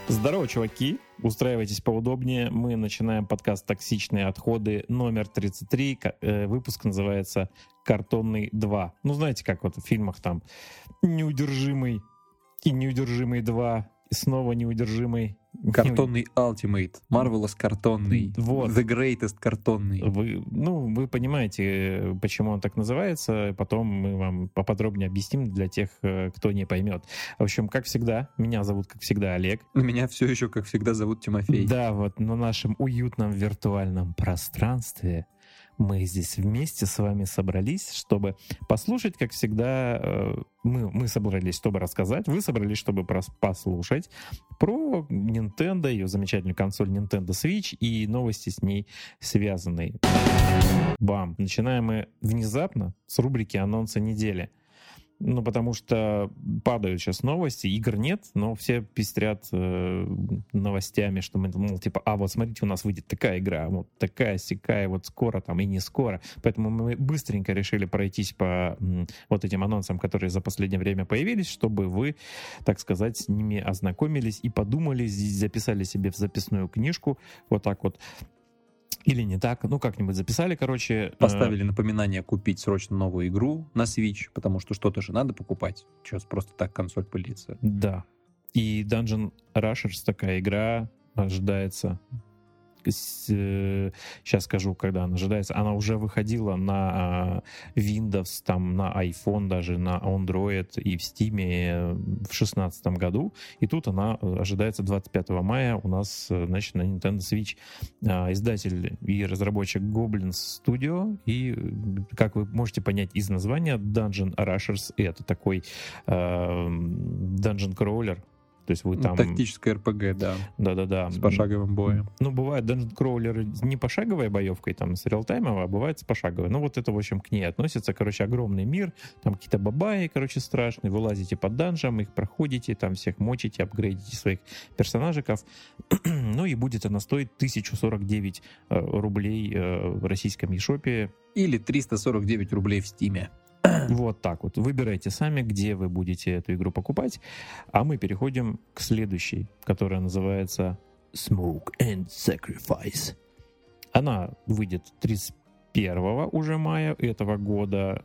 Здорово, чуваки! Устраивайтесь поудобнее. Мы начинаем подкаст «Токсичные отходы» номер 33. Выпуск называется «Картонный 2». Ну, знаете, как вот в фильмах там «Неудержимый» и «Неудержимый 2», и снова «Неудержимый». Картонный Ultimate, Marvelous картонный, вот. The Greatest картонный. Вы понимаете, почему он так называется. Потом мы вам поподробнее объясним для тех, кто не поймет. В общем, как всегда, меня зовут, как всегда, Олег. Меня все еще, как всегда, зовут Тимофей. Да, вот на нашем уютном виртуальном пространстве мы здесь вместе с вами собрались, чтобы послушать, как всегда, мы собрались, чтобы рассказать, вы собрались, чтобы послушать про Nintendo, ее замечательную консоль Nintendo Switch и новости с ней связанные. Бам! Начинаем мы внезапно с рубрики «Анонсы недели». Ну, потому что падают сейчас новости, игр нет, но все пестрят новостями, что мы, мол, типа, вот смотрите, у нас выйдет такая игра, вот такая-сякая, вот скоро там и не скоро. Поэтому мы быстренько решили пройтись по вот этим анонсам, которые за последнее время появились, чтобы вы, так сказать, с ними ознакомились и подумали, записали себе в записную книжку, вот так вот. Или не так, ну как-нибудь записали, короче. Поставили напоминание купить срочно новую игру на Switch, потому что что-то же надо покупать. Сейчас просто так консоль пылится. Да. И Dungeon Rushers, такая игра, ожидается. Сейчас скажу, когда она ожидается. Она уже выходила на Windows, там, на iPhone, даже на Android и в Steam в 2016 году. И тут она ожидается 25 мая у нас, значит, на Nintendo Switch. Издатель и разработчик Goblin Studio. И, как вы можете понять из названия, Dungeon Rushers — это такой dungeon crawler. То есть вы там... Тактическая РПГ, да. Да-да-да. С пошаговым боем. Ну, бывает Dungeon Crawler не пошаговой боевкой, там, с реалтаймом, а бывает с пошаговой. Ну, вот это, в общем, к ней относится. Короче, огромный мир, там какие-то бабаи, короче, страшные. Вы лазите под данжем, их проходите, там всех мочите, апгрейдите своих персонажиков. Ну, и будет она стоить 1049 рублей в российском eShop. Или 349 рублей в Стиме. Вот так вот. Выбирайте сами, где вы будете эту игру покупать. А мы переходим к следующей, которая называется Smoke and Sacrifice. Она выйдет 31 уже мая этого года.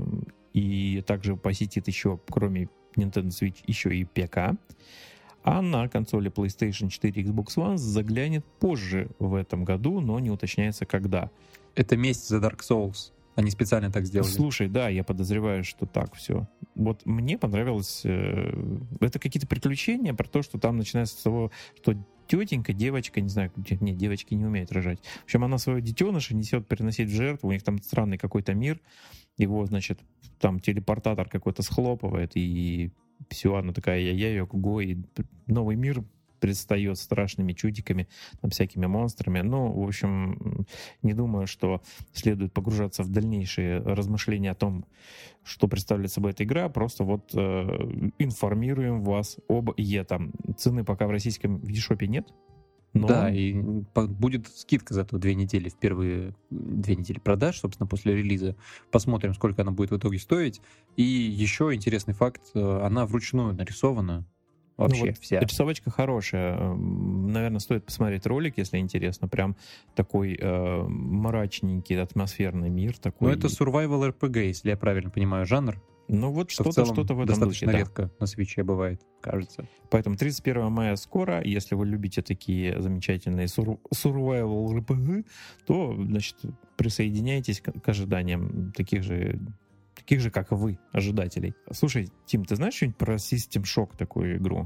И также посетит еще, кроме Nintendo Switch, еще и ПК. А на консоли PlayStation 4 и Xbox One заглянет позже в этом году, но не уточняется, когда. Это месть за Dark Souls. Они специально так сделали. Слушай, да, я подозреваю, что так все. Вот мне понравилось... это какие-то приключения про то, что там начинается с того, что тетенька, девочка, не знаю, нет, девочки не умеют рожать. В общем, она своего детеныша несет переносить в жертву, у них там странный какой-то мир, его, значит, там телепортатор какой-то схлопывает, и все, она такая, я ого, и новый мир предстает страшными чудиками, там, всякими монстрами. Ну, в общем, не думаю, что следует погружаться в дальнейшие размышления о том, что представляет собой эта игра. Просто вот информируем вас об этом. Цены пока в российском eShop нет. Но... Да, и будет скидка зато 2 недели, в первые 2 недели продаж, собственно, после релиза. Посмотрим, сколько она будет в итоге стоить. И еще интересный факт, она вручную нарисована. Вообще, вот вся. Рисовочка хорошая. Наверное, стоит посмотреть ролик, если интересно. Прям такой мрачненький, атмосферный мир. Такой... Ну, это survival RPG, если я правильно понимаю жанр. Ну, вот что-то в этом достаточно духе, редко на Switch'е бывает, кажется. Поэтому 31 мая скоро. Если вы любите такие замечательные survival RPG, то, значит, присоединяйтесь к ожиданиям таких же, как и вы, ожидателей. Слушай, Тим, ты знаешь что-нибудь про System Shock, такую игру?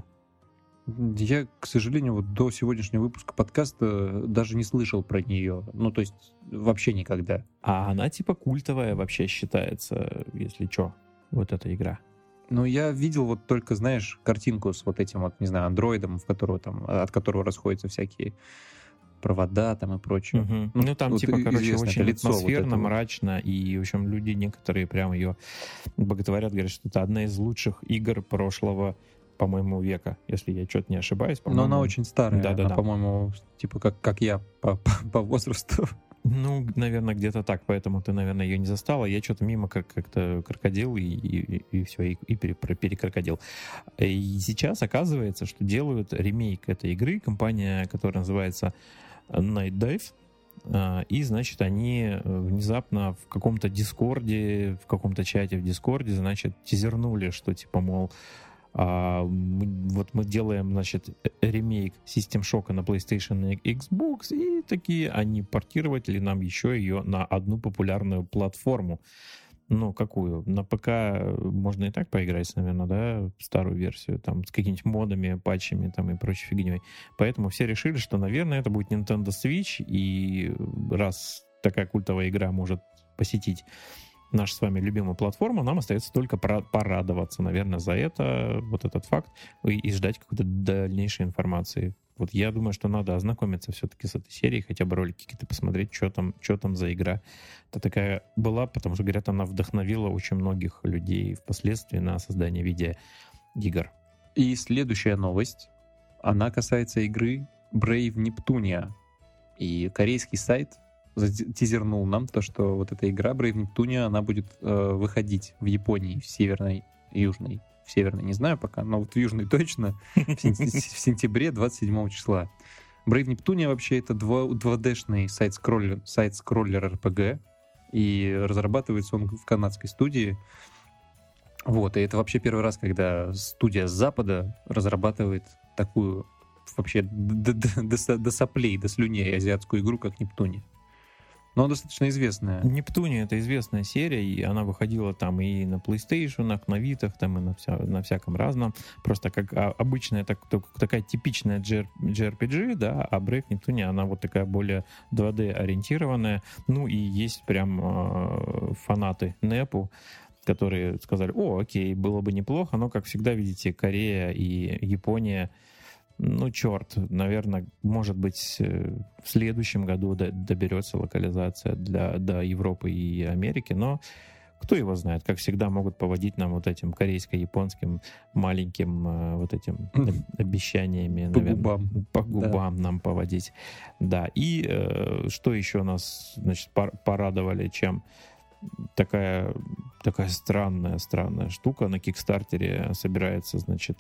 Я, к сожалению, вот до сегодняшнего выпуска подкаста даже не слышал про нее. Ну, то есть, вообще никогда. А она типа культовая вообще считается, если что, вот эта игра. Ну, я видел вот только, знаешь, картинку с вот этим вот, не знаю, андроидом, от которого расходятся всякие провода там и прочее. Угу. Ну, там, вот типа, короче, очень лицо атмосферно, вот мрачно, и, в общем, люди некоторые прям ее боготворят, говорят, что это одна из лучших игр прошлого, по-моему, века, если я что-то не ошибаюсь. Но она очень старая, Да. Она, по-моему, типа, как я по возрасту. Ну, наверное, где-то так, поэтому ты, наверное, ее не застала. Я что-то мимо как-то крокодил и все, и перекрокодил. И сейчас оказывается, что делают ремейк этой игры, компания, которая называется Night Dive, и, значит, они внезапно в каком-то Дискорде, в каком-то чате в Дискорде, значит, тизернули, что типа, мол, вот мы делаем, значит, ремейк System Shock на PlayStation и Xbox, и такие, а не портировать ли нам еще ее на одну популярную платформу? Ну, какую? На ПК можно и так поиграть, наверное, да, старую версию, там, с какими-нибудь модами, патчами, там, и прочей фигней. Поэтому все решили, что, наверное, это будет Nintendo Switch, и раз такая культовая игра может посетить нашу с вами любимую платформу, нам остается только порадоваться, наверное, за это, вот этот факт, и ждать какой-то дальнейшей информации. Вот я думаю, что надо ознакомиться все-таки с этой серией, хотя бы ролики какие-то посмотреть, что там за игра. Это такая была, потому что, говорят, она вдохновила очень многих людей впоследствии на создание видеоигр. И следующая новость, она касается игры Brave Neptunia. И корейский сайт тизернул нам то, что вот эта игра Brave Neptunia, она будет выходить в Японии, в северной, южной. В северной не знаю пока, но вот в южной точно, в сентябре 27 числа. Brave Neptunia вообще это 2D-шный сайт-скроллер RPG, и разрабатывается он в канадской студии. Вот, и это вообще первый раз, когда студия с Запада разрабатывает такую вообще до соплей, до слюней азиатскую игру, как Нептуния. Но она достаточно известная. Нептуния — это известная серия, и она выходила там и на PlayStation, на Витах, там и на всяком разном. Просто как обычная, такая типичная JRPG, да, а Brave Neptunia, она вот такая более 2D-ориентированная. Ну и есть прям фанаты NEPу, которые сказали: о, окей, было бы неплохо, но, как всегда, видите, Корея и Япония, ну, черт, наверное, может быть, в следующем году доберется локализация до Европы и Америки, но кто его знает, как всегда могут поводить нам вот этим корейско-японским маленьким вот этим обещаниями, наверное, по губам, да, нам поводить. Да, и что еще нас, значит, порадовали, чем такая странная штука на Кикстартере собирается, значит,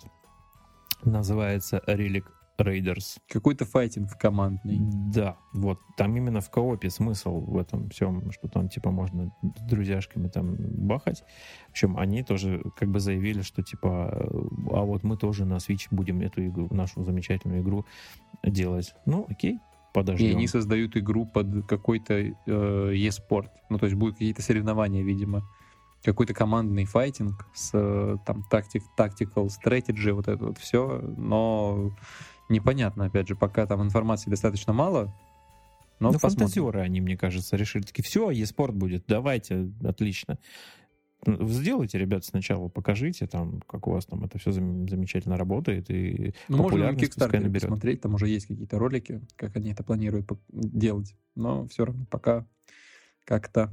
называется Relic Raiders. Какой-то файтинг командный. Да, вот. Там именно в коопе смысл в этом всем, что там типа можно с друзьяшками там бахать. В общем, они тоже как бы заявили, что типа, а вот мы тоже на Switch будем эту игру, нашу замечательную игру делать. Ну, окей, подождем. И они создают игру под какой-то e-спорт. Ну, то есть будут какие-то соревнования, видимо. Какой-то командный файтинг с там tactical strategy, вот это вот все, но непонятно, опять же, пока там информации достаточно мало, но посмотрим. Фантазеры они, мне кажется, решили, такие, все, e-спорт будет, давайте, отлично. Сделайте, ребят, сначала покажите, там, как у вас там это все замечательно работает, и популярность пускай наберет. Посмотреть, там уже есть какие-то ролики, как они это планируют делать, но все равно пока как-то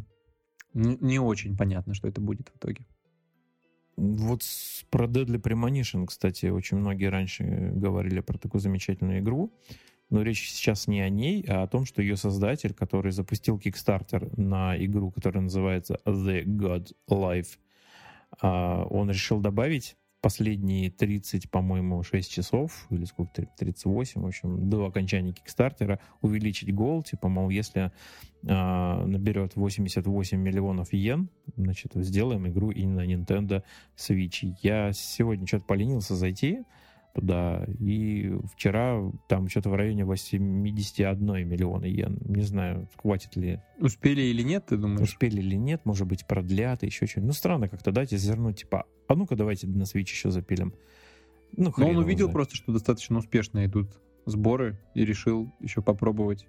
не очень понятно, что это будет в итоге. Вот про Deadly Premonition, кстати, очень многие раньше говорили про такую замечательную игру, но речь сейчас не о ней, а о том, что ее создатель, который запустил Kickstarter на игру, которая называется The God Life, он решил добавить последние 30, по-моему, 6 часов, или сколько, 38, в общем, до окончания Кикстартера, увеличить гол, типа, мол, если наберет 88 миллионов йен, значит, сделаем игру и на Nintendo Switch. Я сегодня что-то поленился зайти туда, и вчера там что-то в районе 81 миллиона йен. Не знаю, хватит ли. Успели или нет, ты думаешь? Успели или нет, может быть, продлят, еще что-нибудь. Ну, странно как-то, дайте зернуть, типа, а ну-ка давайте на Switch еще запилим. Ну, он увидел просто, что достаточно успешно идут сборы, и решил еще попробовать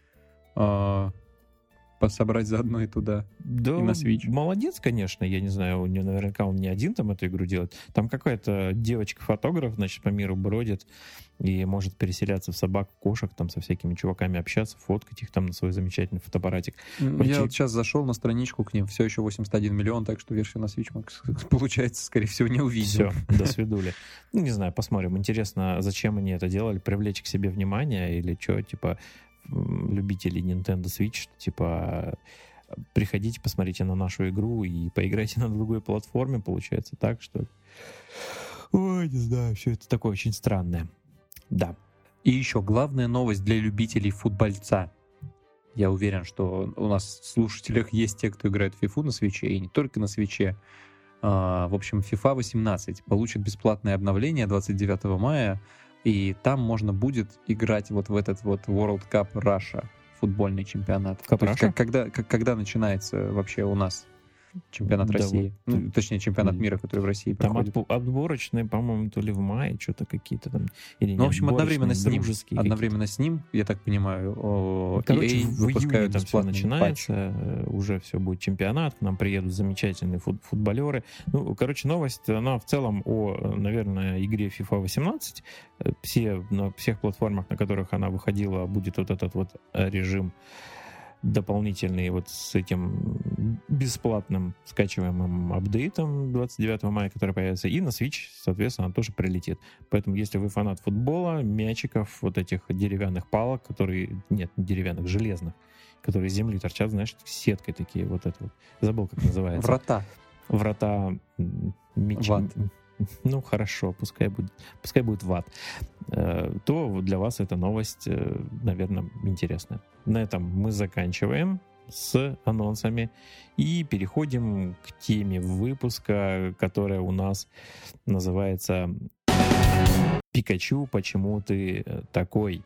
собрать заодно и туда, да, и на Switch. Молодец, конечно, я не знаю, наверняка он не один там эту игру делает. Там какая-то девочка-фотограф, значит, по миру бродит и может переселяться в собак, кошек, там со всякими чуваками общаться, фоткать их там на свой замечательный фотоаппаратик. Я вот сейчас зашел на страничку к ним, все еще 81 миллион, так что версию на Switch мы, получается, скорее всего, не увидим. Все, до свидули. Ну, не знаю, посмотрим. Интересно, зачем они это делали? Привлечь к себе внимание или что, типа, любителей Nintendo Switch, что типа приходите, посмотрите на нашу игру и поиграйте на другой платформе, получается так, что ли? Ой, не знаю, все это такое очень странное. Да. И еще главная новость для любителей футбольца. Я уверен, что у нас в слушателях есть те, кто играет в FIFA на свитче, и не только на свитче. В общем, FIFA 18 получит бесплатное обновление 29 мая, и там можно будет играть вот в этот вот World Cup Russia, футбольный чемпионат. Cup То есть, когда начинается вообще у нас чемпионат Да, России? вот, Ну, точнее, чемпионат мира, который в России там проходит. отборочные, по-моему, то ли в мае, что-то какие-то там. Или Ну, в общем, одновременно с ним, дружеские я так понимаю, короче, EA в июне выпускают там все бесплатный патч. начинается, уже все будет чемпионат, к нам приедут замечательные футболеры. Ну, короче, новость, она в целом о, наверное, игре FIFA 18. На всех платформах, на которых она выходила, будет вот этот вот режим дополнительный вот с этим бесплатным скачиваемым апдейтом 29 мая, который появится, и на Switch, соответственно, он тоже прилетит. Поэтому, если вы фанат футбола, мячиков, вот этих деревянных палок, которые, нет, не деревянных, железных, которые из земли торчат, знаешь, сеткой такие, вот это вот. Забыл, как называется. Врата Ват. Ну, хорошо, пускай будет ват. То для вас эта новость, наверное, интересная. На этом мы заканчиваем с анонсами и переходим к теме выпуска, которая у нас называется «Пикачу, почему ты такой?»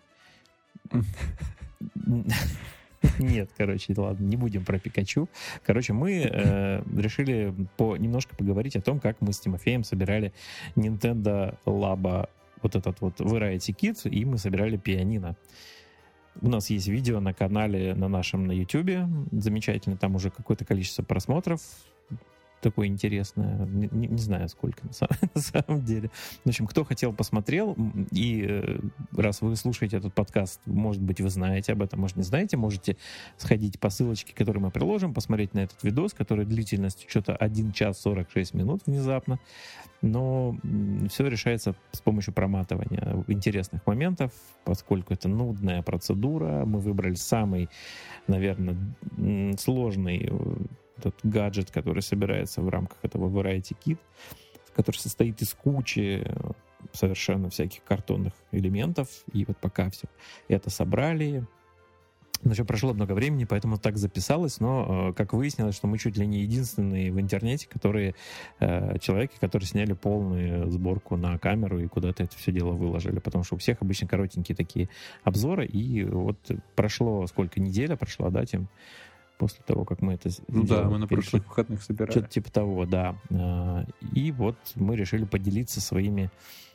Нет, короче, ладно, не будем про Пикачу. Короче, мы решили немножко поговорить о том, как мы с Тимофеем собирали Nintendo Labo, вот этот вот Variety Kit, и мы собирали пианино. У нас есть видео на канале, на нашем, на YouTube. Замечательно, там уже какое-то количество просмотров. Такое интересное. Не знаю, сколько на самом деле. В общем, кто хотел, посмотрел. И раз вы слушаете этот подкаст, может быть, вы знаете об этом, может, не знаете, можете сходить по ссылочке, которую мы приложим, посмотреть на этот видос, который длительностью что-то 1 час 46 минут внезапно. Но все решается с помощью проматывания интересных моментов, поскольку это нудная процедура. Мы выбрали самый, наверное, сложный этот гаджет, который собирается в рамках этого Variety Kit, который состоит из кучи совершенно всяких картонных элементов. И вот пока все это собрали, еще прошло много времени, поэтому так записалось, но как выяснилось, что мы чуть ли не единственные в интернете, человеки, которые сняли полную сборку на камеру и куда-то это все дело выложили, потому что у всех обычно коротенькие такие обзоры, и вот прошло сколько, неделя прошла, да, Тим? После того, как мы это сделали. Ну да, мы на прошлых выходных собирали. Что-то типа того, да. И вот мы решили поделиться своими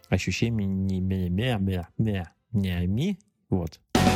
ощущениями. Вот.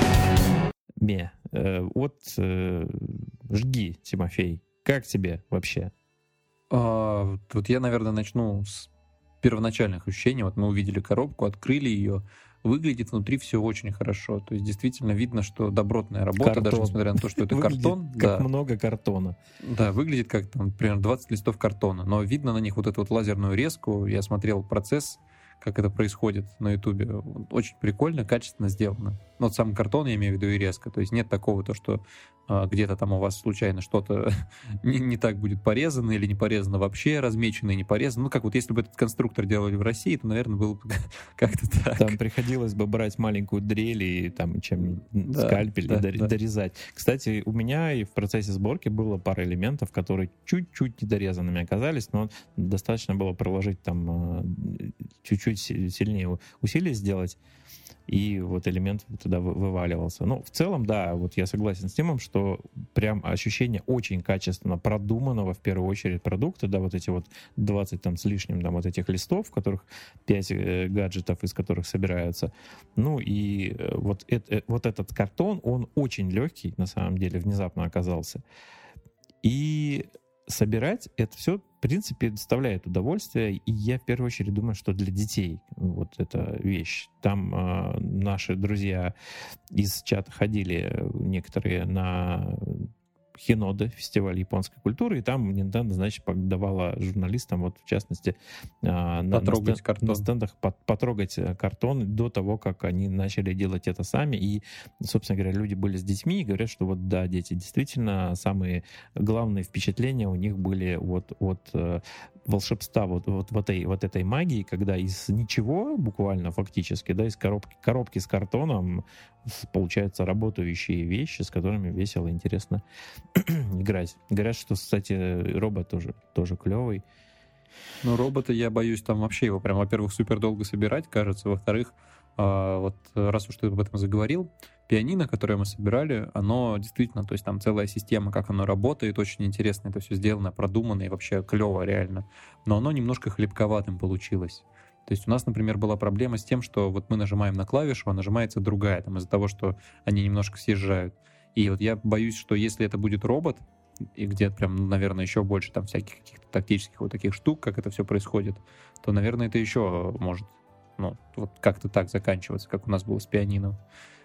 Жги, Тимофей. Как тебе вообще? Вот я, наверное, начну с первоначальных ощущений. Вот мы увидели коробку, открыли ее. Выглядит внутри все очень хорошо. То есть действительно видно, что добротная работа, картон. Даже несмотря на то, что это картон. Как много картона. Да, выглядит как, там, например, 20 листов картона. Но видно на них вот эту вот лазерную резку. Я смотрел процесс, как это происходит на Ютубе. Очень прикольно, качественно сделано. Но вот сам картон, я имею в виду, и резко. То есть нет такого, что где-то там у вас случайно что-то не так будет порезано или не порезано вообще, размечено и не порезано. Ну, как вот если бы этот конструктор делали в России, то, наверное, было бы как-то так. Там приходилось бы брать маленькую дрель и там скальпель и дорезать. Кстати, у меня и в процессе сборки было пара элементов, которые чуть-чуть недорезанными оказались, но достаточно было приложить там чуть-чуть сильнее усилий сделать, и вот элемент туда вываливался. Ну, в целом, да, вот я согласен с Тимом, что прям ощущение очень качественно продуманного, в первую очередь, продукта, да, вот эти вот 20 там с лишним, там, вот этих листов, в которых 5 гаджетов, из которых собираются. Ну, и вот этот картон, он очень легкий, на самом деле, внезапно оказался. И собирать это все, в принципе, доставляет удовольствие, и я в первую очередь думаю, что для детей вот эта вещь. Там наши друзья из чата ходили некоторые на Хинода, фестиваль японской культуры, и там Nintendo, значит, давала журналистам, вот в частности, на стендах потрогать картон до того, как они начали делать это сами. И, собственно говоря, люди были с детьми и говорят, что вот да, дети действительно самые главные впечатления у них были вот от волшебства, вот этой магии, когда из ничего, буквально фактически, да, из коробки с картоном получаются работающие вещи, с которыми весело и интересно играть. Говорят, что, кстати, робот тоже клевый. Ну, робота, я боюсь, там вообще его прям, во-первых, супер долго собирать, кажется, во-вторых, вот раз уж ты об этом заговорил, пианино, которое мы собирали, оно действительно, то есть там целая система, как оно работает, очень интересно это все сделано, продумано и вообще клево реально, но оно немножко хлипковатым получилось. То есть у нас, например, была проблема с тем, что вот мы нажимаем на клавишу, а нажимается другая, там из-за того, что они немножко съезжают. И вот я боюсь, что если это будет робот, и где-то прям, наверное, еще больше там всяких каких-то тактических вот таких штук, как это все происходит, то, наверное, это еще может, ну, вот как-то так заканчиваться, как у нас было с пианино.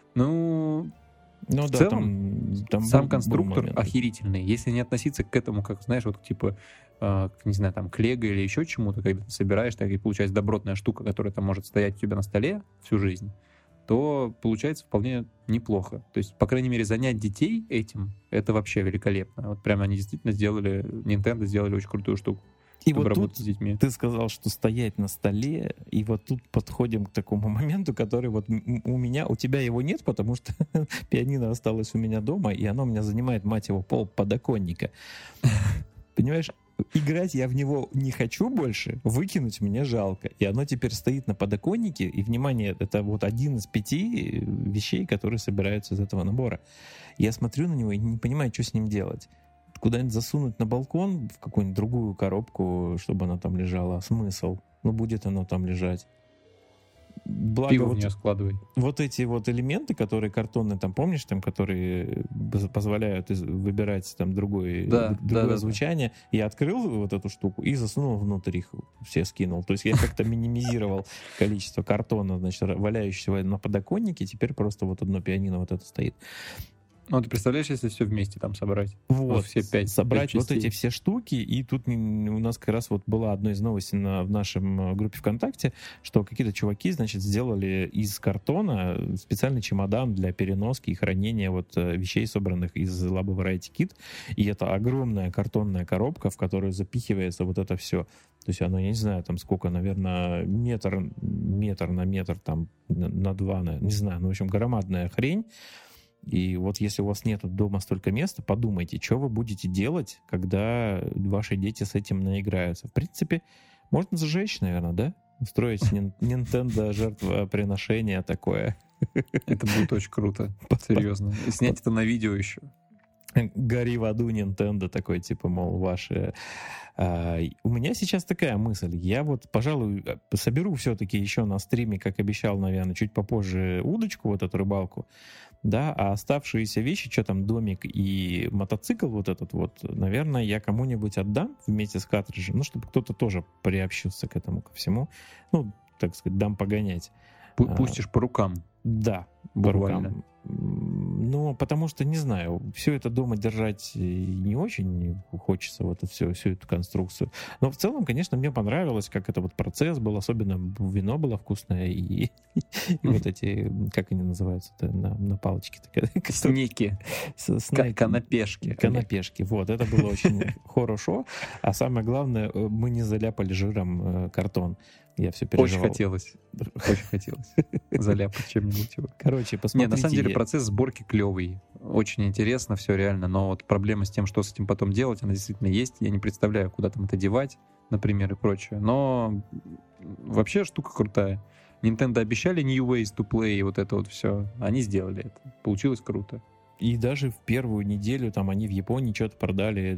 Ну, в да, целом, там сам конструктор охерительный. Если не относиться к этому, как, знаешь, вот типа, не знаю, там, к лего или еще чему-то, когда ты собираешь, так и получается добротная штука, которая там может стоять у тебя на столе всю жизнь, то получается вполне неплохо. То есть, по крайней мере, занять детей этим, это вообще великолепно. Вот прямо они действительно Nintendo сделали очень крутую штуку. И вот тут с детьми. Ты сказал, что стоять на столе, и вот тут подходим к такому моменту, который вот у тебя его нет, потому что пианино осталось у меня дома, и оно у меня занимает, мать его, пол подоконника. Понимаешь, играть я в него не хочу больше, выкинуть мне жалко. И оно теперь стоит на подоконнике, и, внимание, это вот один из 5 вещей, которые собираются из этого набора. Я смотрю на него и не понимаю, что с ним делать. Куда-нибудь засунуть на балкон, в какую-нибудь другую коробку, чтобы она там лежала. Смысл? Ну, будет оно там лежать. Благо, пиво в нее складывай. Вот эти вот элементы, которые картонные, там, помнишь, там, которые позволяют выбирать там другое звучание. Я открыл вот эту штуку и засунул внутрь их, все скинул. То есть я как-то минимизировал количество картона, значит, валяющегося на подоконнике. Теперь просто вот одно пианино вот это стоит. Ну, ты представляешь, если все вместе там собрать? Вот, все 5 собрать вот эти все штуки, и тут у нас как раз вот была одна из новостей в нашем группе ВКонтакте, что какие-то чуваки, значит, сделали из картона специальный чемодан для переноски и хранения вот вещей, собранных из Labo Variety Kit, и это огромная картонная коробка, в которую запихивается вот это все. То есть оно, я не знаю, там сколько, наверное, метр на метр, там на 2, не знаю, ну, в общем, громадная хрень. И вот если у вас нет дома столько места, подумайте, что вы будете делать, когда ваши дети с этим наиграются. В принципе, можно сжечь, наверное, да? Устроить Nintendo жертвоприношение такое. Это будет очень круто, серьезно. И снять это на видео еще. Гори в аду Nintendo такой, типа, мол, ваши... У меня сейчас такая мысль. Я вот, пожалуй, соберу все-таки еще на стриме, как обещал, наверное, чуть попозже удочку, вот эту рыбалку, да, а оставшиеся вещи, что там, домик и мотоцикл вот этот вот, наверное, я кому-нибудь отдам вместе с картриджем, ну, чтобы кто-то тоже приобщился к этому, ко всему. Ну, так сказать, дам погонять. Пустишь по рукам. Да, буквально. По рукам. Ну, потому что, не знаю, все это дома держать не очень хочется, вот всю эту конструкцию. Но в целом, конечно, мне понравилось, как это вот процесс был, особенно вино было вкусное, и вот эти, как они называются-то, на палочке? Снеки. Канапешки. Канапешки, вот, это было очень хорошо. А самое главное, мы не заляпали жиром картон. Я все переживал. Очень хотелось заляпать чем-нибудь. Короче, посмотрите. Нет, на самом деле процесс сборки клевый. Очень интересно все реально, но вот проблема с тем, что с этим потом делать, она действительно есть. Я не представляю, куда там это девать, например, и прочее. Но вообще штука крутая. Nintendo обещали New Ways to Play, и вот это вот все. Они сделали это. Получилось круто. И даже в первую неделю там они в Японии что-то продали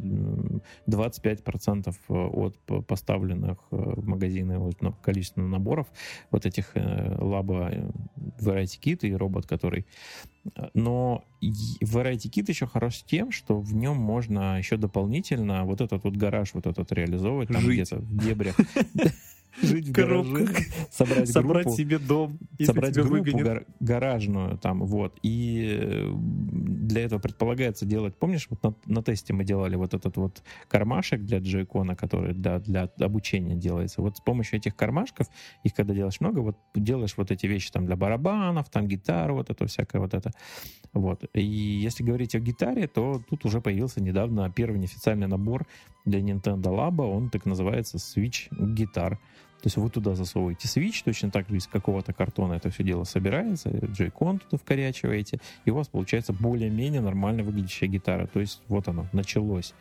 25% от поставленных в магазины количества наборов вот этих Labo Variety Kit и робот, который... Но Variety Kit еще хорош тем, что в нем можно еще дополнительно вот этот вот гараж вот этот реализовывать там где-то в дебрях. жить в гараже, собрать себе дом, собрать группу гаражную там, вот. И для этого предполагается делать, помнишь, вот на тесте мы делали вот этот вот кармашек для джойкона, который для обучения делается. Вот с помощью этих кармашков, их когда делаешь много, вот делаешь вот эти вещи там для барабанов, там гитару, вот это всякое вот это. Вот. И если говорить о гитаре, то тут уже появился недавно первый неофициальный набор для Nintendo Labo, он так называется Switch Guitar. То есть вы туда засовываете Switch, точно так же из какого-то картона это все дело собирается, джойкон туда вкорячиваете, и у вас получается более-менее нормально выглядящая гитара. То есть вот оно, началось.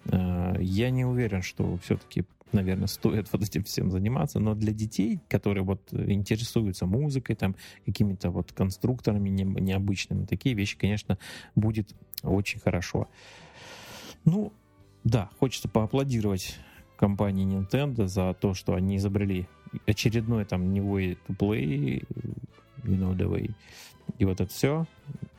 Я не уверен, что все-таки, наверное, стоит вот этим всем заниматься, но для детей, которые вот интересуются музыкой, там, какими-то вот конструкторами необычными, такие вещи, конечно, будет очень хорошо. Ну, да, хочется поаплодировать компании Nintendo за то, что они изобрели очередной там New Way to Play, you know the way, и вот это все.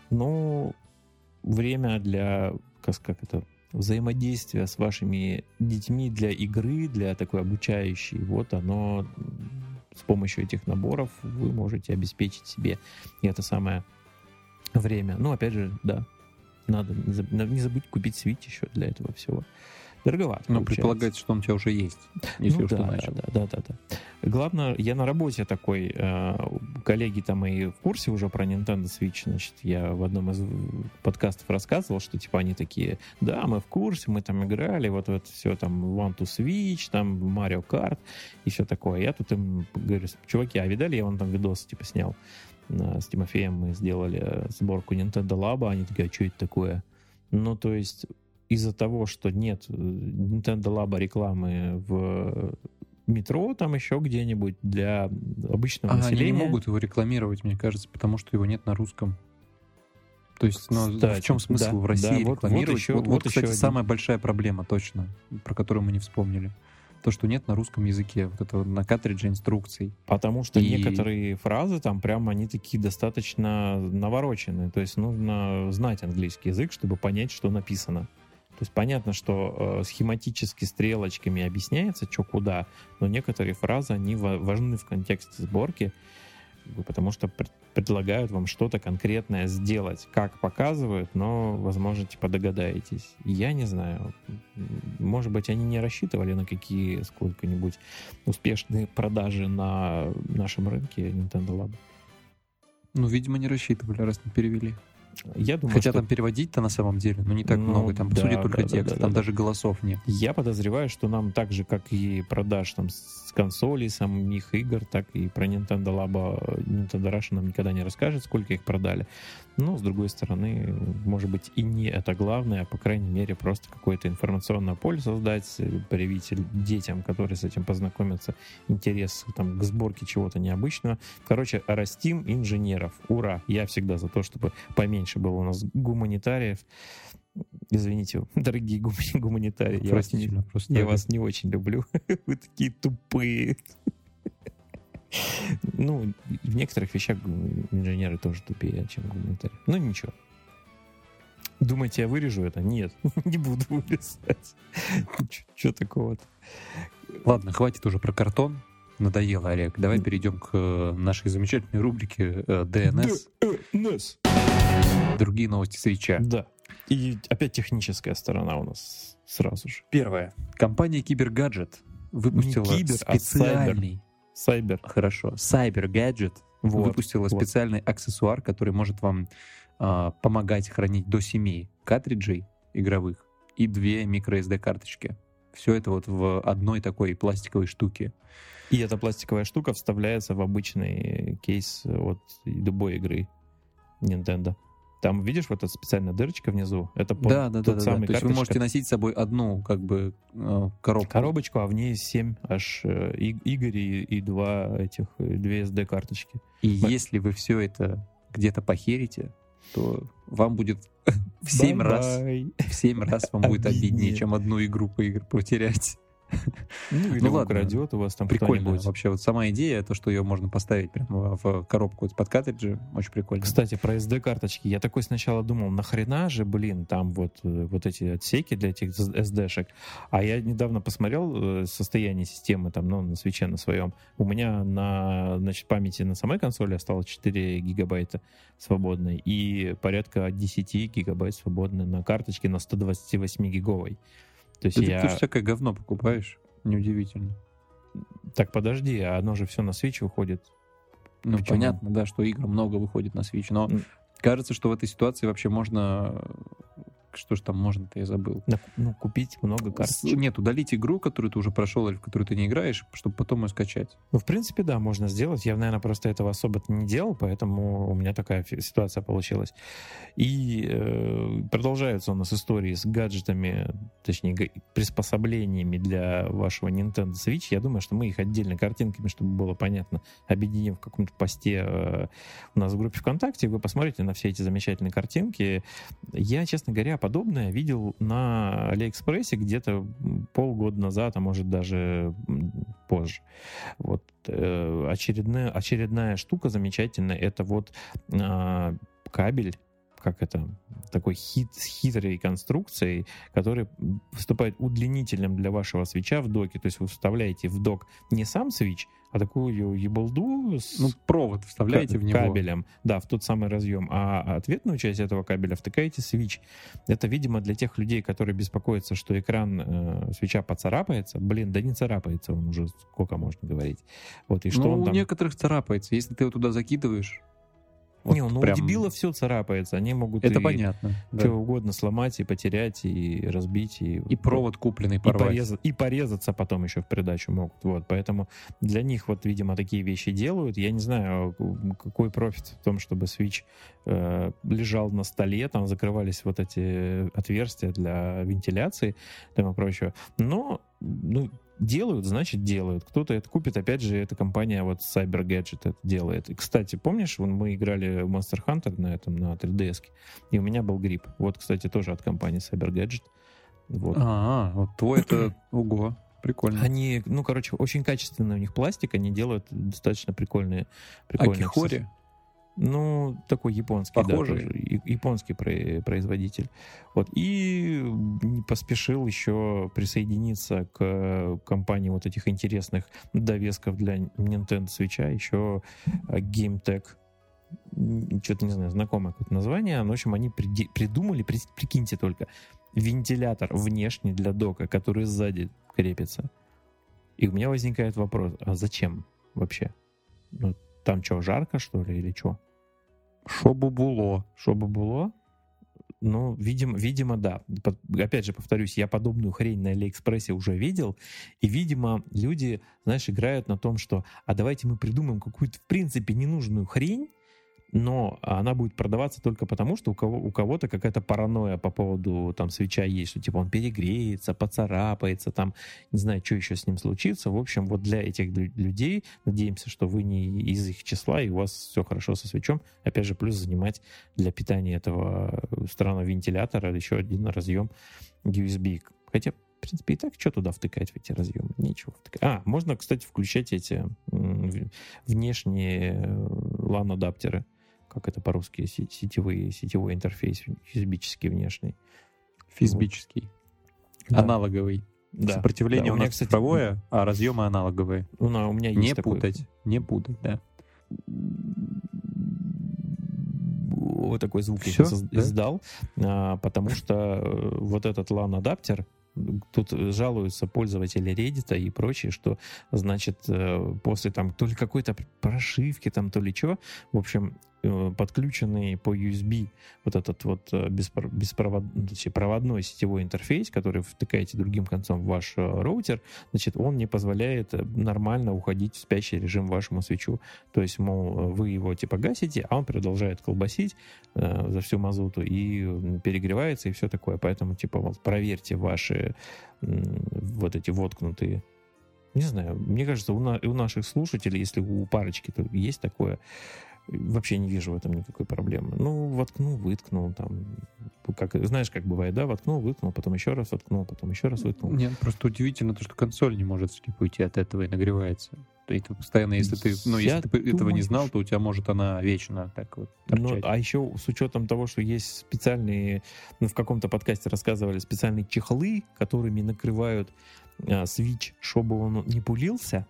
Но время для, как это, взаимодействия с вашими детьми, для игры, для такой обучающей, вот оно с помощью этих наборов вы можете обеспечить себе это самое время. Ну, опять же, да, надо не забыть купить Switch еще для этого всего. Дороговато. Но предполагается, что он у тебя уже есть, если уж ты начал. Да. Главное, я на работе такой, коллеги там и в курсе уже про Nintendo Switch, значит, я в одном из подкастов рассказывал, что типа они такие, да, мы в курсе, мы там играли, вот все там One to Switch, там Mario Kart и все такое. Я тут им говорю, чуваки, а видали, я вон там видос типа снял с Тимофеем, мы сделали сборку Nintendo Labo, они такие, а что это такое? Ну, то есть из-за того, что нет Nintendo Labo рекламы в метро, там еще где-нибудь для обычного населения. Они не могут его рекламировать, мне кажется, потому что его нет на русском. То есть, в чем смысл в России рекламировать? Вот, кстати, самая большая проблема, точно, про которую мы не вспомнили. То, что нет на русском языке, вот это на картридже инструкций. Потому что некоторые фразы там прям они такие достаточно навороченные. То есть нужно знать английский язык, чтобы понять, что написано. То есть понятно, что схематически стрелочками объясняется, что куда, но некоторые фразы, они важны в контексте сборки, потому что предлагают вам что-то конкретное сделать. Как показывают, но, возможно, типа догадаетесь. Я не знаю. Может быть, они не рассчитывали на сколько-нибудь успешные продажи на нашем рынке Nintendo Labo. Ну, видимо, не рассчитывали, раз не перевели. Я думаю, хотя там переводить-то на самом деле, не так много, там, по сути, только текст, там даже голосов нет. Я подозреваю, что нам так же, как и продаж там с консолей, самих игр, так и про Nintendo Labo, Nintendo Russia нам никогда не расскажет, сколько их продали. Но, с другой стороны, может быть, и не это главное, а, по крайней мере, просто какое-то информационное поле создать, привить детям, которые с этим познакомятся, интерес там, к сборке чего-то необычного. Короче, растим инженеров. Ура! Я всегда за то, чтобы поменьше было у нас гуманитариев. Извините, дорогие гуманитарии, я вас не очень люблю. Вы такие тупые. Ну, в некоторых вещах инженеры тоже тупее, чем гуманитарии. Ну, ничего. Думаете, я вырежу это? Нет, не буду вырезать. Чего такого-то? Ладно, хватит уже про картон. Надоело, Олег. Давай перейдем к нашей замечательной рубрике DNS. Другие новости Свитча. Да. И опять техническая сторона у нас сразу же. Первое. Компания CyberGadget выпустила специальный... CyberGadget выпустила специальный аксессуар, который может вам помогать хранить до 7 картриджей игровых и 2 microSD-карточки. Все это вот в одной такой пластиковой штуке. И эта пластиковая штука вставляется в обычный кейс от любой игры Nintendo. Там, видишь, вот эта специальная дырочка внизу? Это тот самый То есть вы можете носить с собой одну, коробку. Коробочку, а в ней 7 аж игр и 2 SD-карточки. И если вы все это где-то похерите, то вам будет в 7 раз вам будет обиднее, чем одну игру потерять. Ну, или Ну ладно, украдет у вас там прикольно. кто-нибудь. Вообще, вот сама идея, то, что ее можно поставить прямо в коробку из-под картриджа, очень прикольно. Кстати, про SD-карточки. Я такой сначала думал, нахрена же, там вот эти отсеки для этих SD-шек. А я недавно посмотрел состояние системы там, на свитче на своем. У меня на памяти на самой консоли осталось 4 гигабайта свободной и порядка 10 гигабайт свободной на карточке на 128 гиговой. То есть Ты всякое говно покупаешь? Неудивительно. Так, подожди, а оно же все на Switch выходит. Ну, Почему? понятно, да, что игр много выходит на Switch, но кажется, что в этой ситуации вообще можно... Что ж там можно-то, я забыл. Купить много карточек. Нет, удалить игру, которую ты уже прошел или в которую ты не играешь, чтобы потом ее скачать. Ну, в принципе, да, можно сделать. Я, наверное, просто этого особо не делал, поэтому у меня такая ситуация получилась. И продолжаются у нас истории с гаджетами, точнее, приспособлениями для вашего Nintendo Switch. Я думаю, что мы их отдельно картинками, чтобы было понятно, объединим в каком-то посте у нас в группе ВКонтакте. Вы посмотрите на все эти замечательные картинки. Я, честно говоря, подобное видел на Алиэкспрессе где-то полгода назад, а может даже позже. Вот очередная штука замечательная, это вот кабель, такой с хитрой конструкцией, который выступает удлинителем для вашего свитча в доке. То есть вы вставляете в док не сам свитч, а такую ебалду с провод вставляете в него. Кабелем, да, в тот самый разъем. А ответную часть этого кабеля втыкаете в свитч. Это, видимо, для тех людей, которые беспокоятся, что экран свитча поцарапается. Да не царапается он уже, сколько можно говорить. Вот, и что он у там... некоторых царапается. Если ты его туда закидываешь... У дебилов все царапается. Они могут понятно, что угодно сломать и потерять, и разбить. И провод купленный порвать. И порезаться потом еще в придачу могут. Вот, поэтому для них, видимо, такие вещи делают. Я не знаю, какой профит в том, чтобы Switch лежал на столе, там закрывались вот эти отверстия для вентиляции и тому прочего. Но, делают, значит делают. Кто-то это купит. Опять же, эта компания Cyber Gadget это делает. И, кстати, помнишь, мы играли в Monster Hunter на 3DS, и у меня был грипп. Вот, кстати, тоже от компании Cyber Gadget. Вот. Вот твой это... Ого, прикольно. Они, очень качественный у них пластик, они делают достаточно прикольные Акихори? Такой японский, похожий. Да, тоже, японский производитель. Вот. И не поспешил еще присоединиться к компании этих интересных довесков для Nintendo Switch, еще GameTech. Что-то, не знаю, знакомое какое-то название. В общем, они придумали, прикиньте только, вентилятор внешний для дока, который сзади крепится. И у меня возникает вопрос, а зачем вообще? Там что, жарко, что ли, или что? Шобу было. Видимо, да. Опять же, повторюсь, я подобную хрень на Алиэкспрессе уже видел, и, видимо, люди, играют на том, что давайте мы придумаем какую-то, в принципе, ненужную хрень, но она будет продаваться только потому, что у кого-то какая-то паранойя по поводу свитча есть, что он перегреется, поцарапается, не знаю, что еще с ним случится. В общем, для этих людей надеемся, что вы не из их числа, и у вас все хорошо со свитчом. Опять же, плюс занимать для питания этого странного вентилятора еще один разъем USB. Хотя, в принципе, и так что туда втыкать в эти разъемы? Нечего втыкать. Можно, кстати, включать эти внешние LAN-адаптеры. Как это по-русски? Сетевой интерфейс USB-ский внешний. Физбический. Да. Аналоговый. Да. Сопротивление у у меня, нас кстати, цифровое, а разъемы аналоговые. У меня есть такой. Не путать, да. Вот такой звук я Всё, сейчас издал, потому что этот LAN-адаптер, тут жалуются пользователи Reddit и прочие, что, после то ли какой-то прошивки, то ли чего, в общем, подключенный по USB проводной сетевой интерфейс, который втыкаете другим концом в ваш роутер, он не позволяет нормально уходить в спящий режим вашему свитчу. То есть, мол, вы его гасите, а он продолжает колбасить за всю мазуту и перегревается и все такое. Поэтому, проверьте ваши эти воткнутые. Не знаю, мне кажется, у наших слушателей, если у парочки есть такое, Вообще не вижу в этом никакой проблемы. Ну, воткнул, выткнул, там, знаешь, как бывает, да, воткнул, выткнул, потом еще раз воткнул, потом еще раз выткнул. Нет, просто удивительно то, что консоль не может слепо уйти от этого и нагревается. И ты постоянно, если ты этого не знал, то у тебя может она вечно так вот торчать. А еще с учетом того, что есть специальные, в каком-то подкасте рассказывали, специальные чехлы, которыми накрывают Switch, чтобы он не пулился,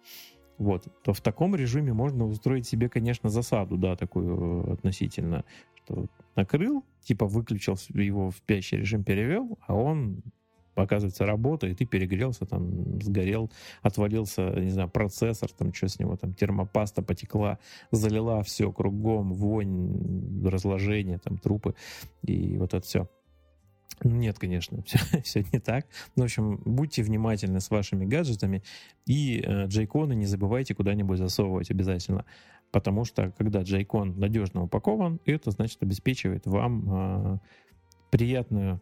вот, то в таком режиме можно устроить себе, конечно, засаду, да, такую относительно, что накрыл, типа выключил его в спящий режим, перевел, а он, оказывается, работает, и перегрелся, там, сгорел, отвалился, не знаю, процессор, там, что с него, там, термопаста потекла, залила все кругом, вонь, разложение, там, трупы, и вот это все. Нет, конечно, все не так. Ну, в общем, будьте внимательны с вашими гаджетами и джейконы не забывайте куда-нибудь засовывать обязательно, потому что когда джейкон надежно упакован, это, значит, обеспечивает вам приятную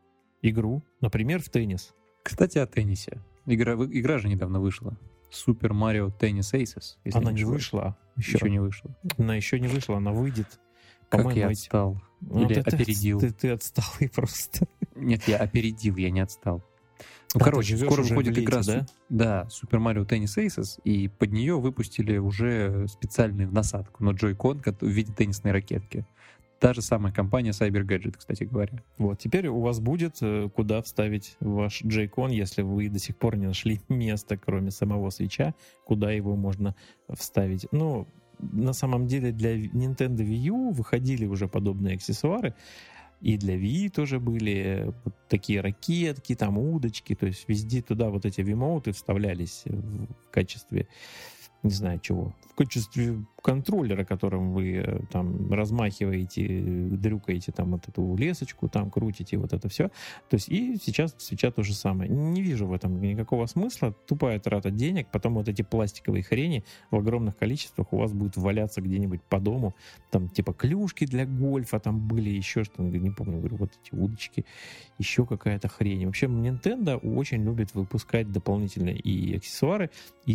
игру, например, в теннис. Кстати, о теннисе. Игра же недавно вышла. Super Mario Tennis Aces. Она не вышла. Еще не вышла. Она еще не вышла, она выйдет. Как я отстал? Или опередил? Ты отстал и просто. Нет, я опередил, я не отстал. Ну, А короче, скоро выходит игра, да? Да, Super Mario Tennis Aces, и под нее выпустили уже специальную насадку на Joy-Con в виде теннисной ракетки. Та же самая компания Cyber Gadget, кстати говоря. Вот, теперь у вас будет куда вставить ваш Joy-Con, если вы до сих пор не нашли место, кроме самого свитча, куда его можно вставить. Ну, на самом деле для Nintendo Wii U выходили уже подобные аксессуары, и для Wii тоже были вот такие ракетки, там удочки, то есть везде туда вот эти вимоуты вставлялись в качестве, не знаю чего, в качестве контроллера, которым вы там размахиваете, дрюкаете там вот эту лесочку, там крутите вот это все. То есть и сейчас то же самое. Не вижу в этом никакого смысла. Тупая трата денег. Потом вот эти пластиковые хрени в огромных количествах у вас будут валяться где-нибудь по дому. Там типа клюшки для гольфа там были, еще что-то, не помню, говорю, вот эти удочки, еще какая-то хрень. Вообще Nintendo очень любит выпускать дополнительные и аксессуары,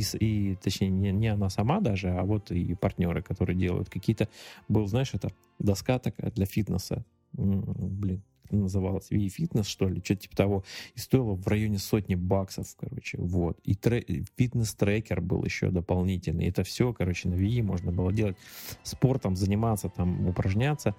и точнее, не она сама даже, а вот и партнеры, которые делают какие-то... Был, знаешь, это доска такая для фитнеса. Блин, называлась Wii Fitness, что ли, что-то типа того. И стоило в районе $100, короче, вот. И фитнес-трекер был еще дополнительный. Это все, короче, на Wii можно было делать спортом, заниматься, там, упражняться.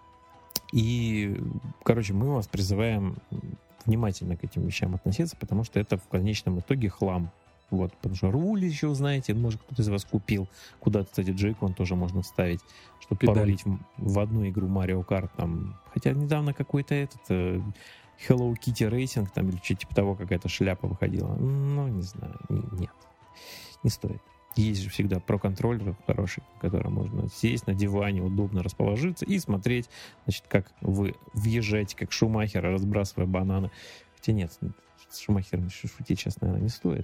И, короче, мы вас призываем внимательно к этим вещам относиться, потому что это в конечном итоге хлам. Вот, потому что руль еще, знаете, может, кто-то из вас купил. Куда-то, кстати, Joy-Con тоже можно вставить, чтобы порулить в одну игру Mario Kart. Там. Хотя недавно какой-то Hello Kitty Racing там, или что-то типа того, какая-то шляпа выходила. Ну, не знаю, нет, не стоит. Есть же всегда про-контроллер хороший, который можно сесть на диване, удобно расположиться и смотреть, значит, как вы въезжаете, как Шумахер, разбрасывая бананы. Хотя нет, с Шумахером шутить сейчас, наверное, не стоит.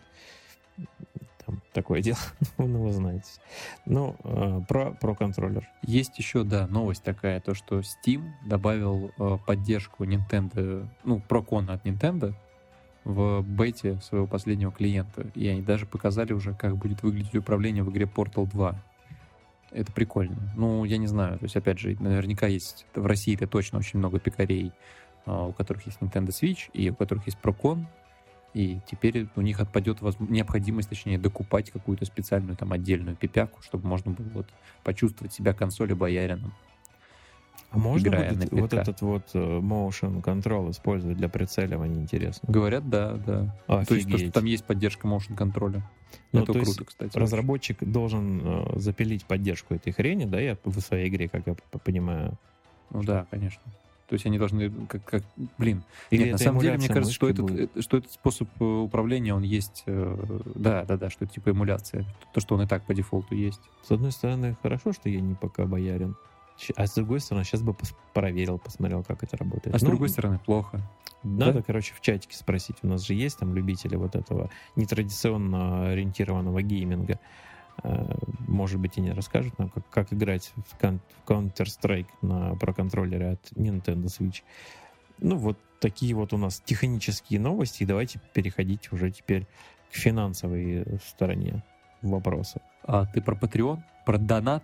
Там такое дело, ну, вы знаете. Ну, про контроллер. Есть еще, да, новость такая, то, что Steam добавил поддержку Nintendo, ну, ProCon от Nintendo в бете своего последнего клиента. И они даже показали уже, как будет выглядеть управление в игре Portal 2. Это прикольно. Ну, я не знаю, то есть, опять же, наверняка есть, в России-то точно очень много пикарей, у которых есть Nintendo Switch и у которых есть ProCon. И теперь у них отпадет необходимость, точнее, докупать какую-то специальную там отдельную пипяку, чтобы можно было вот почувствовать себя консоли боярином. А можно будет вот этот вот motion control использовать для прицеливания, интересно? Говорят, да. Офигеть. То есть, то, что там есть поддержка motion контроля. Ну, это круто, есть кстати. Разработчик должен запилить поддержку этой хрени, да, в своей игре, как я понимаю. Ну да, конечно. То есть они должны, блин. Или нет, на самом деле, мне кажется, что будет? этот способ управления, он есть, да, что это типа эмуляция. То, что он и так по дефолту есть. С одной стороны, хорошо, что я не пока боярин. А с другой стороны, сейчас бы проверил, посмотрел, как это работает. А с другой стороны, плохо. Надо, короче, в чатике спросить. У нас же есть там любители вот этого нетрадиционно ориентированного гейминга. Может быть, они расскажут нам, как играть в Counter-Strike на проконтроллере от Nintendo Switch. Ну, вот такие вот у нас технические новости. И давайте переходить уже теперь к финансовой стороне вопроса. А ты про Patreon? Про донаты?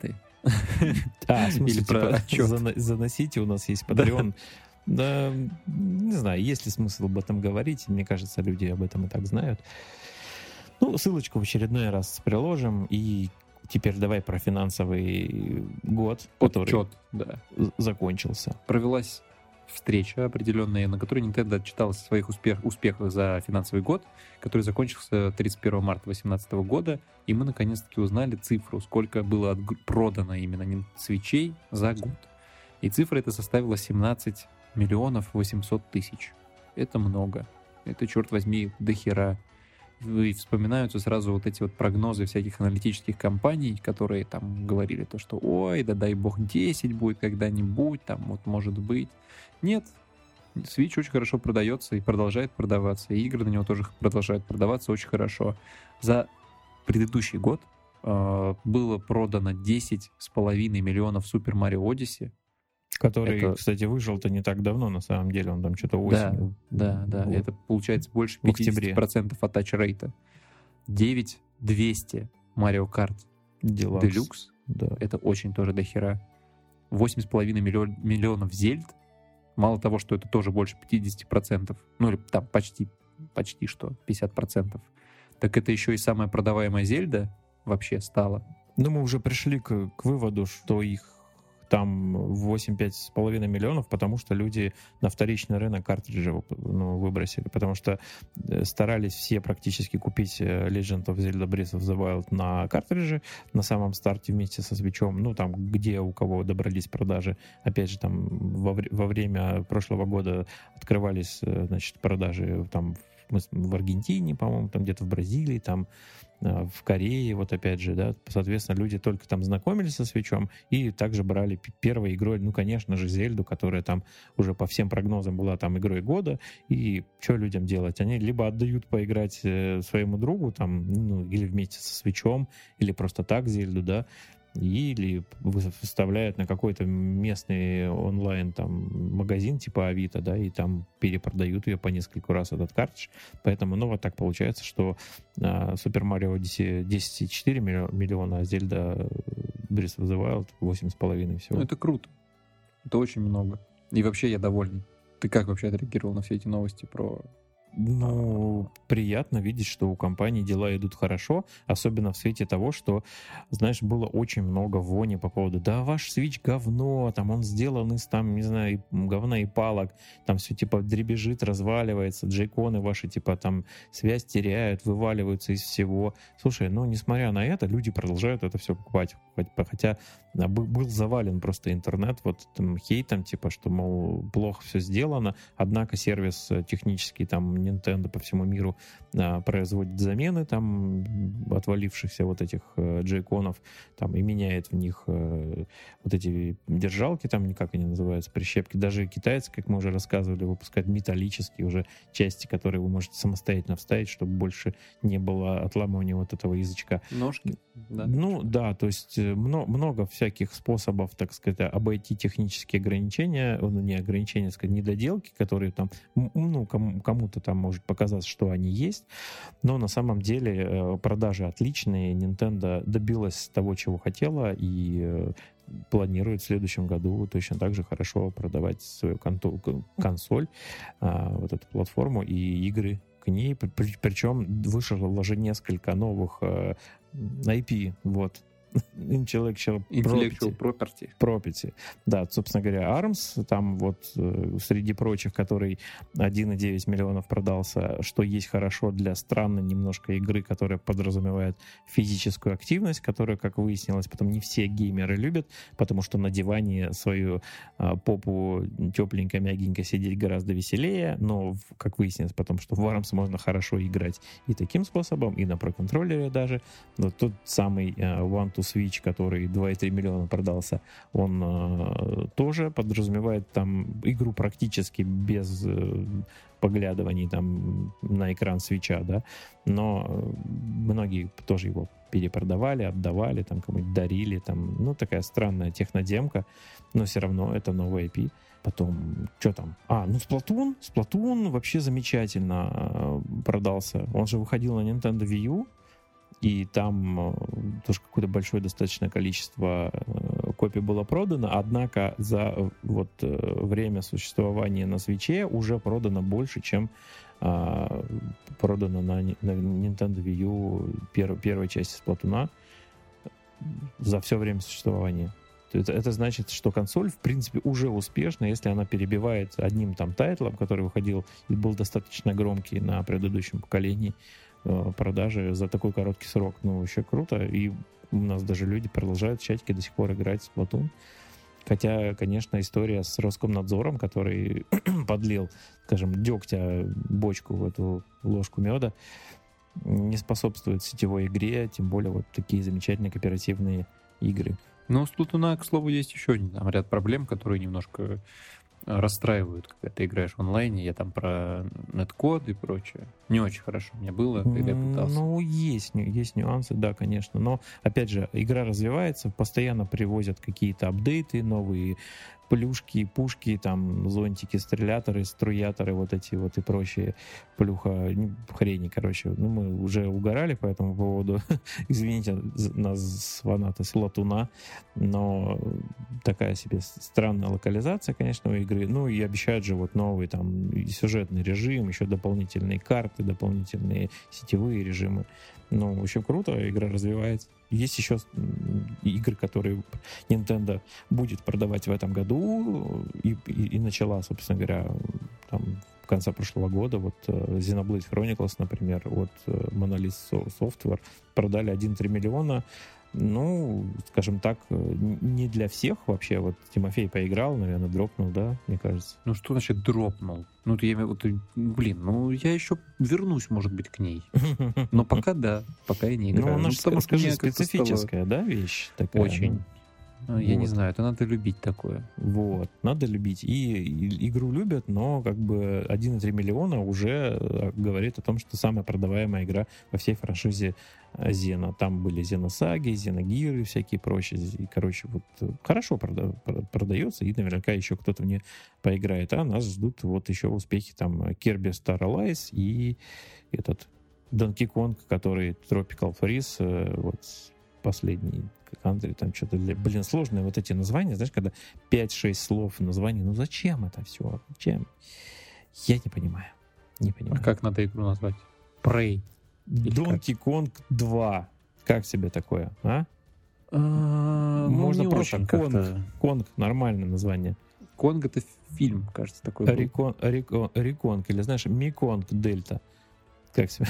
В смысле, Или про отчет. заносите, у нас есть Patreon. Да, не знаю, есть ли смысл об этом говорить. Мне кажется, люди об этом и так знают. Ну, ссылочку в очередной раз приложим. И теперь давай про финансовый год, который закончился. Провелась встреча определенная, на которой Nintendo отчиталась о своих успехах за финансовый год, который закончился 31 марта 2018 года, и мы наконец-таки узнали цифру, сколько было продано именно свечей за год. И цифра эта составила 17 миллионов 800 тысяч. Это много. Это, черт возьми, дохера. И вспоминаются сразу вот эти вот прогнозы всяких аналитических компаний, которые там говорили то, что ой, да дай бог 10 будет когда-нибудь, там вот может быть. Нет, Switch очень хорошо продается и продолжает продаваться, и игры на него тоже продолжают продаваться очень хорошо. За предыдущий год было продано 10,5 миллионов Super Mario Odyssey. Который, кстати, вышел-то не так давно, на самом деле, он там что-то осенью. Да. Это получается больше 50% attach-рейта. 9200 Mario Kart Deluxe. Да. Это очень тоже дохера. 8,5 миллионов Зельд. Мало того, что это тоже больше 50%, ну или там почти что 50%, так это еще и самая продаваемая Зельда вообще стала. Ну, мы уже пришли к выводу, что их там 8-5,5 миллионов, потому что люди на вторичный рынок картриджи выбросили, потому что старались все практически купить Legend of Zelda Breath of the Wild на картридже на самом старте вместе со свитчом, ну, там, где у кого добрались продажи. Опять же, там, во время прошлого года открывались, значит, продажи там в Аргентине, по-моему, там где-то в Бразилии, там в Корее, вот опять же, да, соответственно, люди только там знакомились со свитчом и также брали первой игрой, ну, конечно же, Зельду, которая там уже по всем прогнозам была там игрой года, и что людям делать? Они либо отдают поиграть своему другу, там, ну, или вместе со свитчом, или просто так Зельду, да, или выставляют на какой-то местный онлайн там магазин типа Авито, да, и там перепродают ее по нескольку раз этот картридж. Поэтому, ну, вот так получается, что Super Mario Odyssey 10,4 миллиона, а Zelda Breath of the Wild 8,5 всего. Ну, это круто. Это очень много. И вообще я доволен. Ты как вообще отреагировал на все эти новости про... Ну, приятно видеть, что у компании дела идут хорошо, особенно в свете того, что, знаешь, было очень много вони по поводу, да, ваш Switch говно, там он сделан из, там, не знаю, говна и палок, там все, типа, дребезжит, разваливается, джейконы ваши, типа, там, связь теряют, вываливаются из всего. Слушай, ну, несмотря на это, люди продолжают это все покупать, хотя был завален просто интернет вот там хейтом, типа, что, мол, плохо все сделано, однако сервис технический, там, Nintendo по всему миру производит замены там отвалившихся вот этих джейконов там и меняет в них вот эти держалки, там, как они называются, прищепки. Даже китайцы, как мы уже рассказывали, выпускают металлические уже части, которые вы можете самостоятельно вставить, чтобы больше не было отламывания вот этого язычка. Ножки? Да. Ну, да, то есть много всяких способов, так сказать, обойти технические ограничения, ну, не ограничения, так сказать, недоделки, которые там, ну, кому-то там может показаться, что они есть, но на самом деле продажи отличные, Nintendo добилась того, чего хотела, и планирует в следующем году точно так же хорошо продавать свою консоль, вот эту платформу и игры к ней, причем вышло уже несколько новых IP, вот, Intellectual Property. Да, собственно говоря, ARMS, там вот среди прочих, который 1,9 миллионов продался, что есть хорошо для странной немножко игры, которая подразумевает физическую активность, которую, как выяснилось, потом не все геймеры любят, потому что на диване свою попу тепленько, мягенько сидеть гораздо веселее, но, как выяснилось потом, что в ARMS можно хорошо играть и таким способом, и на проконтроллере даже. Но тот самый One to Switch, который 2,3 миллиона продался, он тоже подразумевает там игру практически без поглядываний там на экран свитча, да, но многие тоже его перепродавали, отдавали, там кому-нибудь дарили, там, ну, такая странная технодемка, но все равно это новый IP. Потом, что там? Ну, Splatoon вообще замечательно продался. Он же выходил на Nintendo Wii U, и там тоже какое-то большое достаточное количество копий было продано, однако за вот время существования на Switch'е уже продано больше, чем продано на Nintendo Wii U первой части Splatoon за все время существования. Это значит, что консоль, в принципе, уже успешна, если она перебивает одним там тайтлом, который выходил и был достаточно громкий на предыдущем поколении, продажи за такой короткий срок. Ну, вообще круто. И у нас даже люди продолжают в чатике до сих пор играть в Splatoon. Хотя, конечно, история с Роскомнадзором, который подлил, скажем, дегтя бочку в эту ложку меда, не способствует сетевой игре, тем более вот такие замечательные кооперативные игры. Но у Splatoon, к слову, есть еще там ряд проблем, которые немножко расстраивают, когда ты играешь в онлайне. Я там про неткод и прочее. Не очень хорошо мне было, когда я пытался. Ну, есть нюансы, да, конечно. Но, опять же, игра развивается, постоянно привозят какие-то апдейты, новые плюшки, пушки, там, зонтики, стреляторы, струяторы, вот эти вот и прочие хрени, короче. Ну, мы уже угорали по этому поводу. Извините нас, фанаты Splatoon, но такая себе странная локализация, конечно, у игры. Ну, и обещают же вот новый там сюжетный режим, еще дополнительные карты, дополнительные сетевые режимы. Ну, в общем, круто, игра развивается. Есть еще игры, которые Nintendo будет продавать в этом году и начала, собственно говоря, там, в конце прошлого года. Вот Xenoblade Chronicles, например, от Monolith Software продали 1,3 миллиона. Ну, скажем так, не для всех вообще. Вот Тимофей поиграл, наверное, дропнул, да, мне кажется. Ну, что значит дропнул? Ну, я еще вернусь, может быть, к ней. Но пока да, пока я не играю. Ну, она же, скажи, специфическая, да, вещь такая? Очень. Я не знаю, это надо любить такое. Вот, надо любить. И игру любят, но как бы 1,3 миллиона уже говорит о том, что самая продаваемая игра во всей франшизе Зена. Там были Зеносаги, Зеногиры, всякие прочие. И, короче, вот хорошо продается, и наверняка еще кто-то в нее поиграет. А нас ждут вот еще успехи там Kirby Star Allies и этот Donkey Kong, который Tropical Freeze, вот последний country, там что-то... Блин, сложные вот эти названия, знаешь, когда 5-6 слов в названии. Ну зачем это все? Зачем? Я не понимаю. А как надо игру назвать? Prey. Donkey Kong 2. Как себе такое, а? Можно просто Конг, нормальное название. Конг — это фильм, кажется, такой был. Реконг, или, знаешь, Миконг Дельта. Как себе?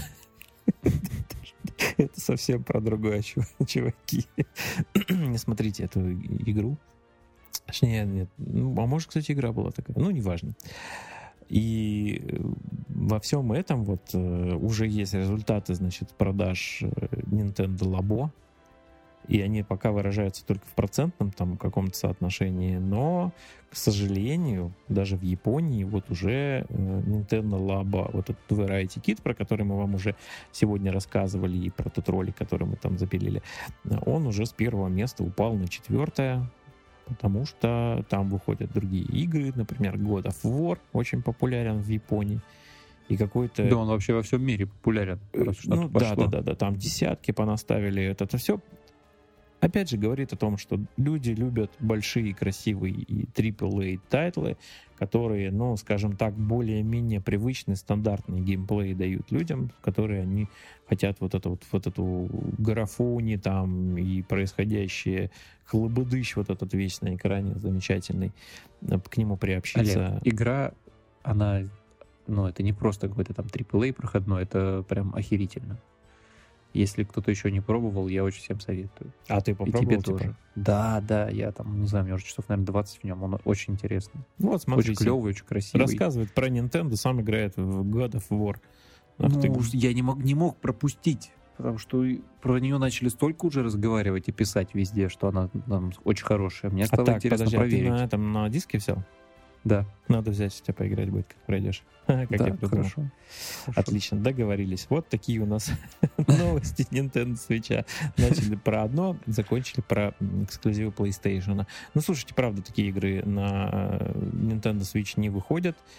Это совсем про другое, чуваки. Не смотрите эту игру. Нет. Ну, а может, кстати, игра была такая. Ну, неважно. И во всем этом вот уже есть результаты, значит, продаж Nintendo Labo. И они пока выражаются только в процентном там каком-то соотношении, но, к сожалению, даже в Японии вот уже Nintendo Labo, вот этот Variety Kit, про который мы вам уже сегодня рассказывали, и про тот ролик, который мы там запилили, он уже с первого места упал на 4-е, потому что там выходят другие игры, например, God of War очень популярен в Японии. И какой-то... Да, он вообще во всем мире популярен. Ну, да, там десятки понаставили. Это все... Опять же, говорит о том, что люди любят большие, красивые и AAA тайтлы, которые, ну, скажем так, более-менее привычный, стандартный геймплей дают людям, которые они хотят вот эту графони там и происходящее хлобыдыщ вот этот весь на экране замечательный, к нему приобщиться. Олег, игра, она, ну, это не просто какой-то там AAA проходной, это прям охерительно. Если кто-то еще не пробовал, я очень всем советую. А ты попробовал? И тебе тоже. Да, я там, не знаю, мне уже часов, наверное, 20 в нем. Он очень интересный. Вот, смотрите. Очень клевый, очень красивый. Рассказывает про Nintendo, сам играет в God of War. Я не мог пропустить, потому что про нее начали столько уже разговаривать и писать везде, что она очень хорошая. Мне стало интересно проверить. А ты на диске взял? Да. Надо взять, у тебя поиграть будет, как пройдешь. Как да, я придумал. хорошо. Отлично, договорились. Вот такие у нас новости Nintendo Switch. Начали про одно, закончили про эксклюзивы PlayStation. Ну, слушайте, правда, такие игры на Nintendo Switch не выходят.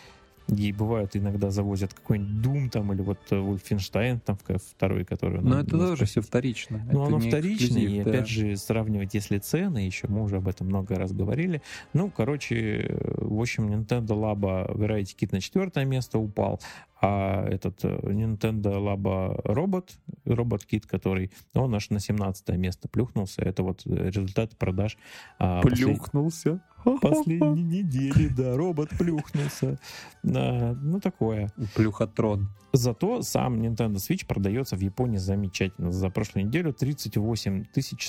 И бывают, иногда завозят какой-нибудь Doom там, или вот Wolfenstein там второй, который... Но это тоже все вторично. Ну, оно не вторично, и да. опять же, сравнивать, если цены, еще мы уже об этом много раз говорили. Ну, короче, в общем, Nintendo Labo Variety Kit на 4 место упал, а этот Nintendo Labo Robot Kit, который, он аж на 17 место плюхнулся. Это вот результат продаж. Плюхнулся? Последней недели, да, робот плюхнулся. Ну, такое. Плюхотрон. Зато сам Nintendo Switch продается в Японии замечательно. За прошлую неделю 38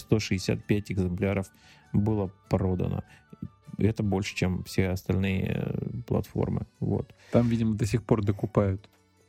165 экземпляров было продано. Это больше, чем все остальные платформы. Вот. Там, видимо, до сих пор докупают.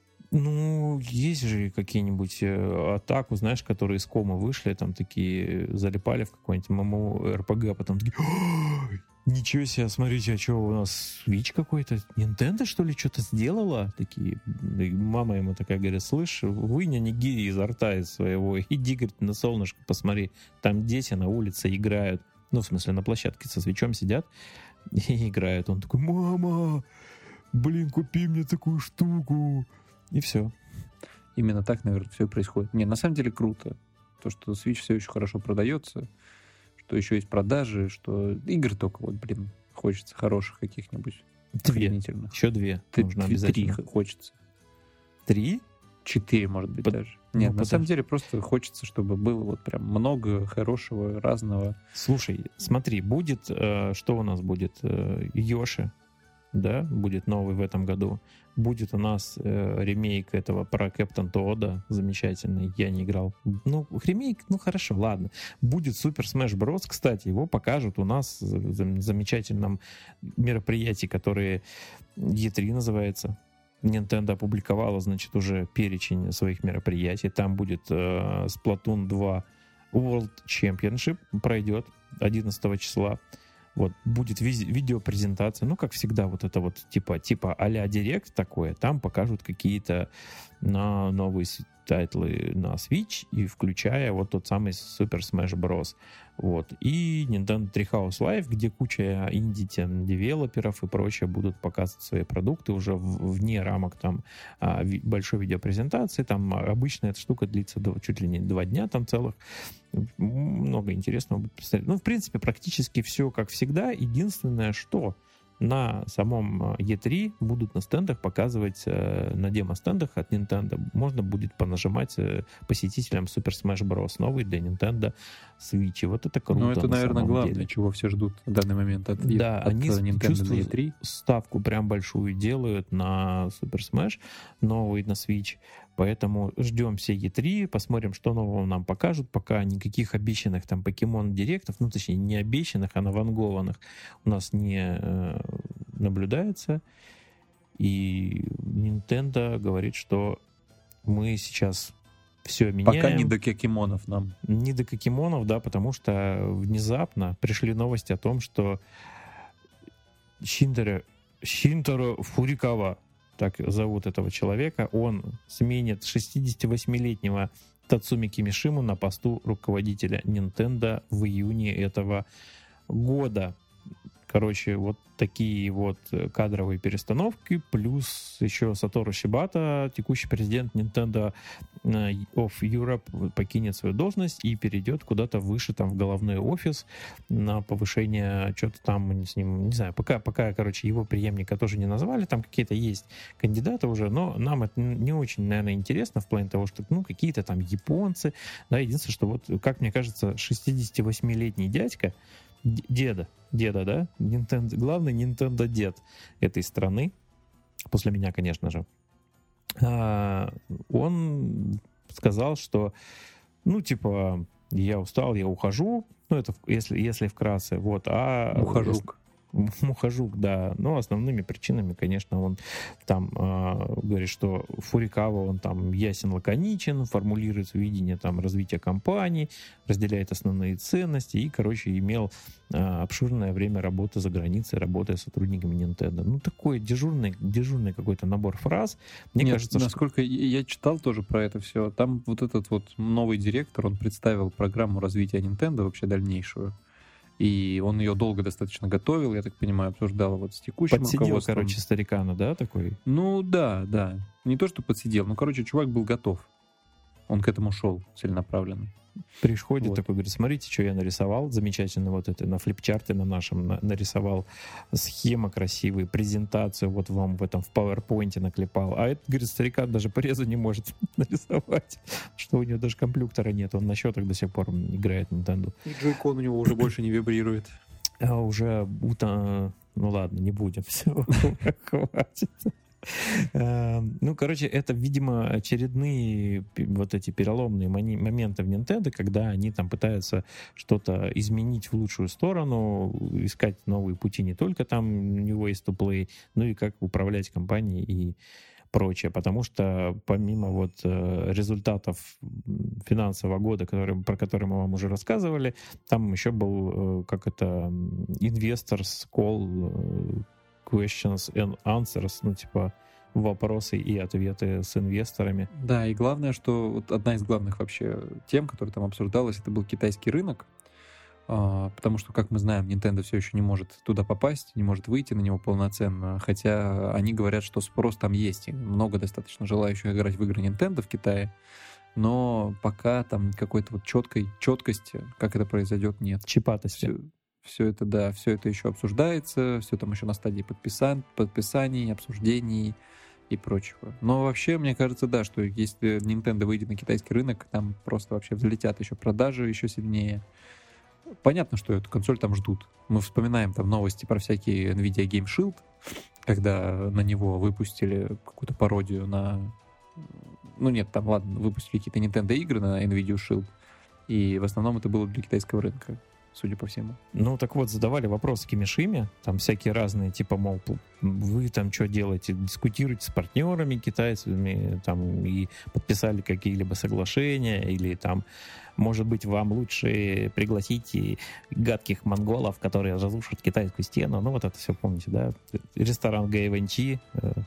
Ну, есть же какие-нибудь атаку, знаешь, которые из комы вышли, там такие залипали в какой-нибудь MMORPG, а потом такие: ничего себе, смотрите, а что у нас Switch какой-то? Nintendo, что ли, что-то сделала? Такие, мама ему такая говорит: слышь, вынь нигири изо рта из своего, иди, говорит, на солнышко посмотри, там дети на улице играют. Ну, в смысле, на площадке со свечом сидят и играют. Он такой: мама, блин, купи мне такую штуку. И все. Именно так, наверное, все происходит. Не, на самом деле круто. То, что Switch все еще хорошо продается, что еще есть продажи, что игр только вот, блин, хочется хороших каких-нибудь. 2. Охренительных. Еще 2 нужно обязательно. 3 хочется. 3? 4, может быть, даже. Нет, на самом деле просто хочется, чтобы было вот прям много хорошего, разного. Слушай, смотри, будет, что у нас будет? Йоши, да, будет новый в этом году. Будет у нас ремейк этого про Кэптон Тоода, замечательный, я не играл. Ну, ремейк, ну хорошо, ладно. Будет Super Smash Bros. Кстати, его покажут у нас в замечательном мероприятии, которое E3 называется. Nintendo опубликовала, значит, уже перечень своих мероприятий. Там будет Splatoon 2 World Championship, пройдет 11 числа. Вот, будет видеопрезентация, ну, как всегда, вот это вот типа а-ля Директ такое, там покажут какие-то новые тайтлы на Switch, и включая вот тот самый Super Smash Bros. Вот. И Nintendo Treehouse Live, где куча инди-девелоперов и прочее будут показывать свои продукты уже вне рамок там большой видеопрезентации. Там обычно эта штука длится чуть ли не 2 дня там целых. Много интересного будет представить. Ну, в принципе, практически все как всегда. Единственное, что на самом E3 будут на стендах показывать, на демо-стендах от Nintendo можно будет понажимать посетителям Super Smash Bros. Новый для Nintendo Switch. И вот это круто. Ну, это, наверное, главное, деле. чего все ждут в данный момент от они Nintendo на E3. Ставку прям большую делают на Super Smash, новый на Switch. Поэтому ждем все E3, посмотрим, что нового нам покажут. Пока никаких обещанных там Pokemon Директов, ну, точнее, не обещанных, а навангованных у нас не наблюдается. И Nintendo говорит, что мы сейчас все меняем. Пока не до покемонов нам. Не до покемонов, да, потому что внезапно пришли новости о том, что Шинтаро Фурикава, так зовут этого человека, он сменит 68-летнего Тацуми Кимишиму на посту руководителя Nintendo в июне этого года. Короче, вот такие вот кадровые перестановки, плюс еще Сатору Шибата, текущий президент Nintendo of Europe, покинет свою должность и перейдет куда-то выше, там, в головной офис на повышение, что-то там с ним, не знаю, пока, короче, его преемника тоже не назвали, там какие-то есть кандидаты уже, но нам это не очень, наверное, интересно в плане того, что, ну, какие-то там японцы, да, единственное, что вот, как мне кажется, 68-летний дядька, деда, да, главный Nintendo дед этой страны, после меня, конечно же, он сказал, что, ну, типа, я устал, я ухожу, ну, это если вкратце, вот, Мухожук, да. Но основными причинами, конечно, он там говорит, что Фурикава, он там ясен, лаконичен, формулирует видение там развития компании, разделяет основные ценности и, короче, имел обширное время работы за границей, работая с сотрудниками Nintendo. Ну, такой дежурный какой-то набор фраз. Мне кажется, насколько я читал тоже про это все, там вот этот вот новый директор, он представил программу развития Nintendo вообще дальнейшую. И он ее долго достаточно готовил, я так понимаю, обсуждал вот с текущим Подсидел, руководством. короче, старикана, да, такой? Ну да. Не то, что подсидел, короче, чувак был готов. Он к этому шел целенаправленно. Приходит Вот. такой, говорит, смотрите, что я нарисовал. Замечательно вот это на флипчарте на нашем нарисовал схема красивые, презентацию вот вам в этом в PowerPoint наклепал. А этот, говорит, старикан даже порезу не может нарисовать, что у него даже компьютера нет. Он на счетах до сих пор играет Nintendo. И джойкон у него уже больше не вибрирует. А уже ну ладно, не будем. Все, хватит. Ну, короче, это, видимо, очередные вот эти переломные моменты в Nintendo, когда они там пытаются что-то изменить в лучшую сторону, искать новые пути не только там у него есть to play, но и как управлять компанией и прочее. Потому что помимо вот результатов финансового года, про который мы вам уже рассказывали, там еще был Investors Call, questions and answers, ну, типа, вопросы и ответы с инвесторами. Да, и главное, что вот одна из главных вообще тем, которая там обсуждалась, это был китайский рынок, потому что, как мы знаем, Nintendo все еще не может туда попасть, не может выйти на него полноценно, хотя они говорят, что спрос там есть, и много достаточно желающих играть в игры Nintendo в Китае, но пока там какой-то вот четкости, как это произойдет, нет. Чипатости. Все это еще обсуждается, все там еще на стадии подписаний, обсуждений и прочего. Но вообще, мне кажется, да, что если Nintendo выйдет на китайский рынок, там просто вообще взлетят еще продажи еще сильнее. Понятно, что эту консоль там ждут. Мы вспоминаем там новости про всякие NVIDIA Game Shield, когда на него выпустили какую-то пародию на... Ну нет, там, ладно, выпустили какие-то Nintendo игры на NVIDIA Shield, и в основном это было для китайского рынка, судя по всему. Ну, так вот, задавали вопросы Кимишиме, там всякие разные, типа, мол, вы там что делаете, дискутируете с партнерами китайцами, там, и подписали какие-либо соглашения, или там, может быть, вам лучше пригласить гадких монголов, которые разрушат китайскую стену, ну, вот это все, помните, да? Ресторан Гайвенчи,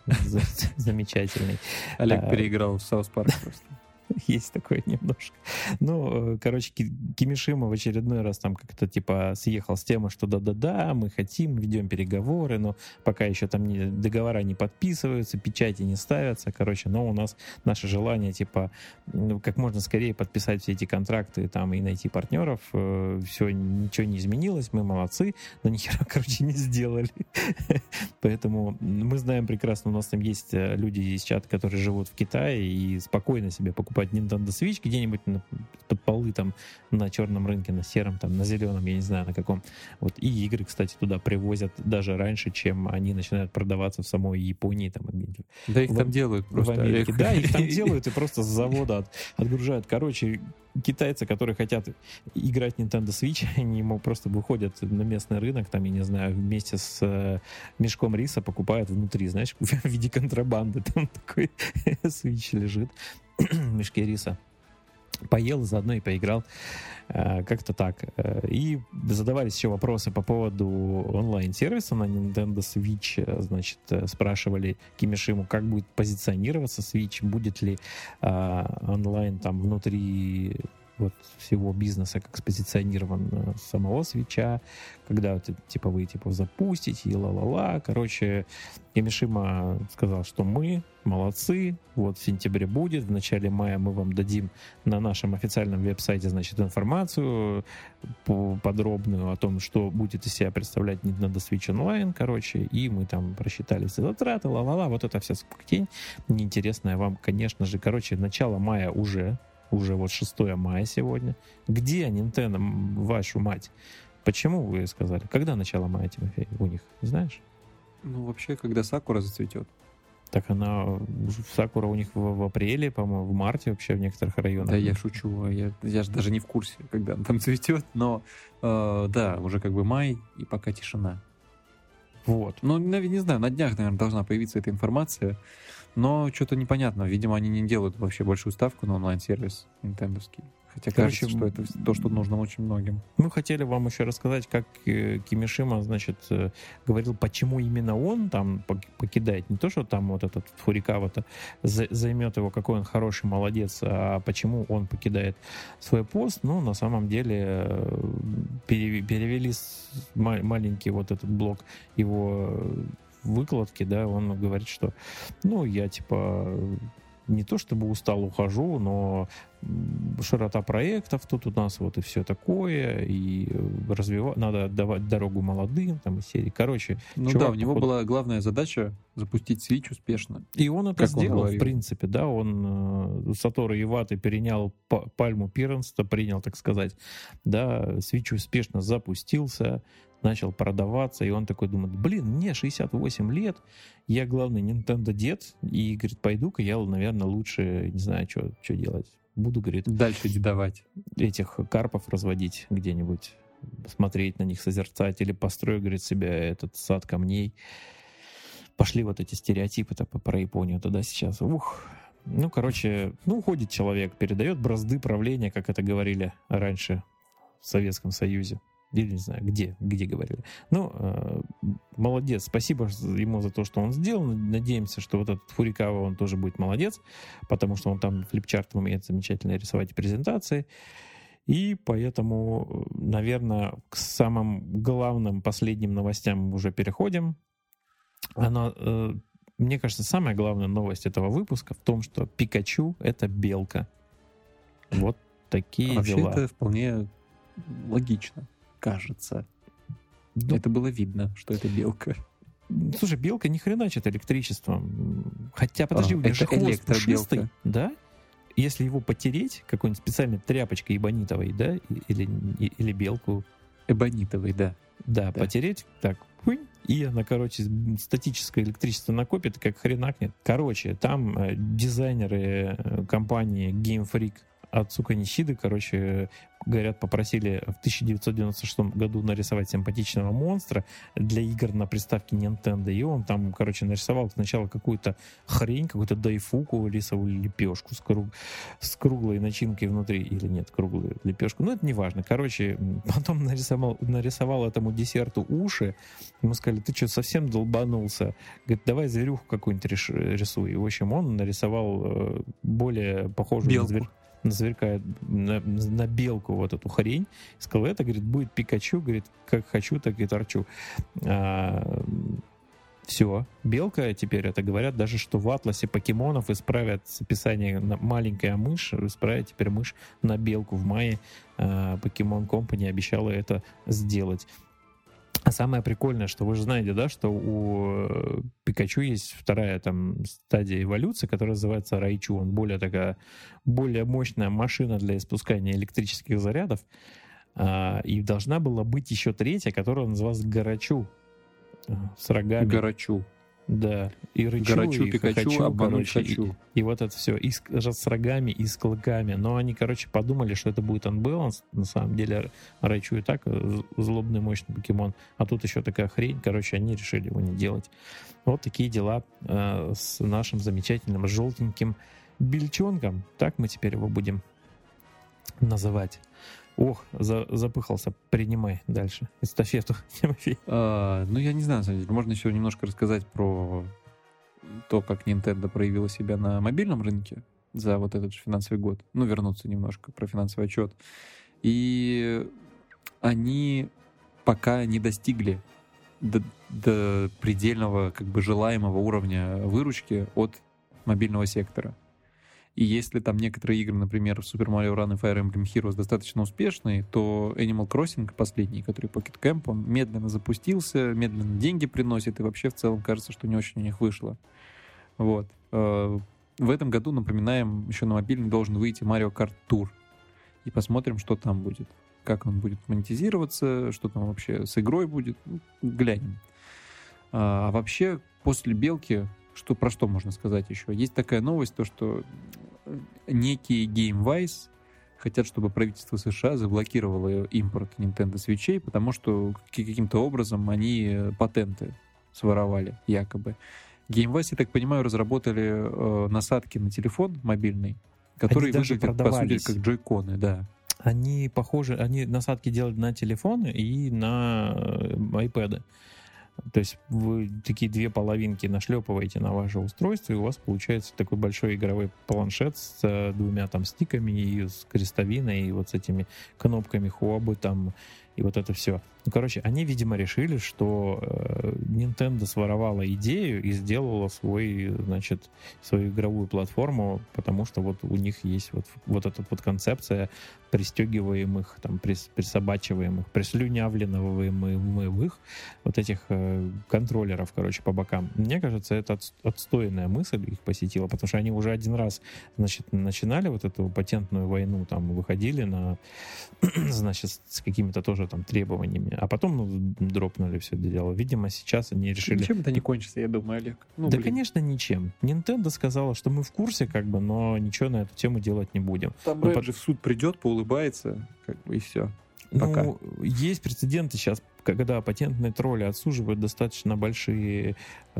замечательный. Олег переиграл в Саус Парк просто. Есть такое немножко. Ну, короче, Кимишима в очередной раз там как-то типа съехал с темы, что да-да-да, мы хотим, ведем переговоры, но пока еще там договора не подписываются, печати не ставятся, короче, но у нас наше желание типа как можно скорее подписать все эти контракты там и найти партнеров, все, ничего не изменилось, мы молодцы, но нихера, короче, не сделали. Поэтому мы знаем прекрасно, у нас там есть люди из чата, которые живут в Китае и спокойно себе покупают Nintendo Switch где-нибудь под полы там на черном рынке, на сером, там, на зеленом, я не знаю на каком. Вот. И игры, кстати, туда привозят даже раньше, чем они начинают продаваться в самой Японии. Там, да их там делают просто. В Америке. Да, их там делают и просто с завода отгружают. Короче, китайцы, которые хотят играть в Nintendo Switch, они просто выходят на местный рынок, там, я не знаю, вместе с мешком риса покупают внутри, знаешь, в виде контрабанды. Там такой Switch лежит в мешке риса. Поел, заодно и поиграл. Как-то так. И задавались еще вопросы по поводу онлайн-сервиса на Nintendo Switch. Значит, спрашивали Кимишиму, как будет позиционироваться Switch, будет ли онлайн там внутри вот всего бизнеса, как спозиционирован самого свитча, когда вы запустите и ла-ла-ла. Короче, Кимишима сказал, что мы молодцы, вот в сентябре будет, в начале мая мы вам дадим на нашем официальном веб-сайте, значит, информацию подробную о том, что будет из себя представлять Nintendo Switch Online, короче, и мы там просчитали все затраты, ла-ла-ла, вот это вся скуктень неинтересная вам, конечно же. Короче, начало мая уже вот 6 мая сегодня. Где Nintendo, вашу мать? Почему вы сказали? Когда начало мая, Тимофей, у них, знаешь? Ну, вообще, когда Сакура зацветет. Так Сакура у них в апреле, по-моему, в марте вообще в некоторых районах. Да, я шучу, я же даже не в курсе, когда он там цветет, но да, уже как бы май, и пока тишина. Вот. Ну, не знаю, на днях, наверное, должна появиться эта информация, но что-то непонятно. Видимо, они не делают вообще большую ставку на онлайн-сервис нинтендовский. Хотя кажется, что это то, что нужно очень многим. Мы хотели вам еще рассказать, как Кимишима, значит, говорил, почему именно он там покидает. Не то, что там вот этот Фурикава-то займет его, какой он хороший, молодец, а почему он покидает свой пост. Ну, на самом деле, перевели маленький вот этот блок его выкладки, да, он говорит, что, ну, я, типа, не то чтобы устал, ухожу, но широта проектов тут у нас вот и все такое, и надо отдавать дорогу молодым, там, из серии. Короче, ну да, у него была главная задача запустить Switch успешно. И он это сделал, в принципе, да, он Сатору Ивата перенял пальму первенства, принял, так сказать, да, Switch успешно запустился, начал продаваться, и он такой думает, блин, мне 68 лет, я главный Nintendo дед, и, говорит, пойду-ка я, наверное, лучше, не знаю, что делать. Буду, говорит, дальше дедовать. Этих карпов разводить где-нибудь, смотреть на них, созерцать, или построю, говорит, себе этот сад камней. Пошли вот эти стереотипы-то про Японию туда сейчас. Ух. Ну, короче, уходит человек, передает бразды правления, как это говорили раньше в Советском Союзе. Или не знаю, где говорили. Ну, молодец. Спасибо ему за то, что он сделал. Надеемся, что вот этот Фурикава, он тоже будет молодец, потому что он там флипчарт умеет замечательно рисовать презентации. И поэтому, наверное, к самым главным последним новостям мы уже переходим. Мне кажется, самая главная новость этого выпуска в том, что Пикачу — это белка. Вот такие вообще дела. Это вполне логично. Кажется. Ну, это было видно, что это белка. Слушай, белка не хреначит электричеством. Хотя, подожди, у нее же хвост пушистый, да? Если его потереть какой-нибудь специальной тряпочкой эбонитовой, да? Или белку. Эбонитовой, да. Да, потереть так, и она, короче, статическое электричество накопит, как хренакнет. Короче, там дизайнеры компании Game Freak от Цуканишиды, короче, говорят, попросили в 1996 году нарисовать симпатичного монстра для игр на приставке Nintendo, и он там, короче, нарисовал сначала какую-то хрень, какую-то дайфуку, рисовую лепешку с круглой начинкой внутри, или нет, круглую лепешку, ну, это не важно. Короче, потом нарисовал этому десерту уши, ему сказали, ты что, совсем долбанулся? Говорит, давай зверюху какую-нибудь рисуй. И, в общем, он нарисовал более похожую на зверька, на белку вот эту хрень. Сказал, это, говорит, будет Пикачу, говорит, как хочу, так и торчу. Все. Белка теперь, это говорят даже, что в атласе покемонов исправят описание маленькая мышь, исправят теперь мышь на белку. В мае Pokemon Company обещала это сделать. А самое прикольное, что вы же знаете, да, что у Пикачу есть вторая там стадия эволюции, которая называется Райчу. Он более мощная машина для испускания электрических зарядов. И должна была быть еще третья, которая называлась Гарачу. С рогами. Гарачу. Да. И рычу, Гарачу, и Пикачу, хохочу, короче, хочу. И вот это все. И с рогами, и с клыками. Но они, короче, подумали, что это будет unbalanced. На самом деле, Райчу и так злобный, мощный покемон. А тут еще такая хрень. Короче, они решили его не делать. Вот такие дела с нашим замечательным желтеньким бельчонком. Так мы теперь его будем называть. Ох, запыхался. Принимай дальше эстафету, Тимофей. Ну, я не знаю, на самом деле. Можно еще немножко рассказать про то, как Nintendo проявила себя на мобильном рынке за вот этот же финансовый год. Ну, вернуться немножко про финансовый отчет. И они пока не достигли до предельного, как бы, желаемого уровня выручки от мобильного сектора. И если там некоторые игры, например, Super Mario Run и Fire Emblem Heroes достаточно успешные, то Animal Crossing, последний, который Pocket Camp, он медленно запустился, медленно деньги приносит, и вообще в целом кажется, что не очень у них вышло. Вот. В этом году, напоминаем, еще на мобильный должен выйти Mario Kart Tour. И посмотрим, что там будет. Как он будет монетизироваться, что там вообще с игрой будет. Глянем. А вообще, после «Белки», про что можно сказать еще? Есть такая новость, то что некие GameWise хотят, чтобы правительство США заблокировало импорт Nintendo Switch'ей, потому что каким-то образом они патенты своровали, якобы. GameWise, я так понимаю, разработали насадки на телефон мобильный, которые даже выглядят, по сути, как джойконы, да. Они похожи, они насадки делают на телефоны и на iPad. То есть вы такие две половинки нашлепываете на ваше устройство, и у вас получается такой большой игровой планшет с двумя там стиками, и с крестовиной, и вот с этими кнопками хобы там, и вот это все. Ну, короче, они, видимо, решили, что Nintendo своровала идею и сделала свою игровую платформу, потому что вот у них есть вот эта вот концепция пристегиваемых, там, присобачиваемых, прислюнявленных вот этих контроллеров, короче, по бокам. Мне кажется, это отстойная мысль их посетила, потому что они уже один раз, значит, начинали вот эту патентную войну, там, выходили на, значит, с какими-то тоже там требованиями, а потом дропнули все это дело. Видимо, сейчас они решили... Ничем это не кончится, я думаю, Олег. Да, конечно, ничем. Nintendo сказала, что мы в курсе, как бы, но ничего на эту тему делать не будем. Там Рэд же в суд придет, поулыбается, как бы, и все. Пока. Ну, есть прецеденты сейчас, когда патентные тролли отсуживают достаточно большие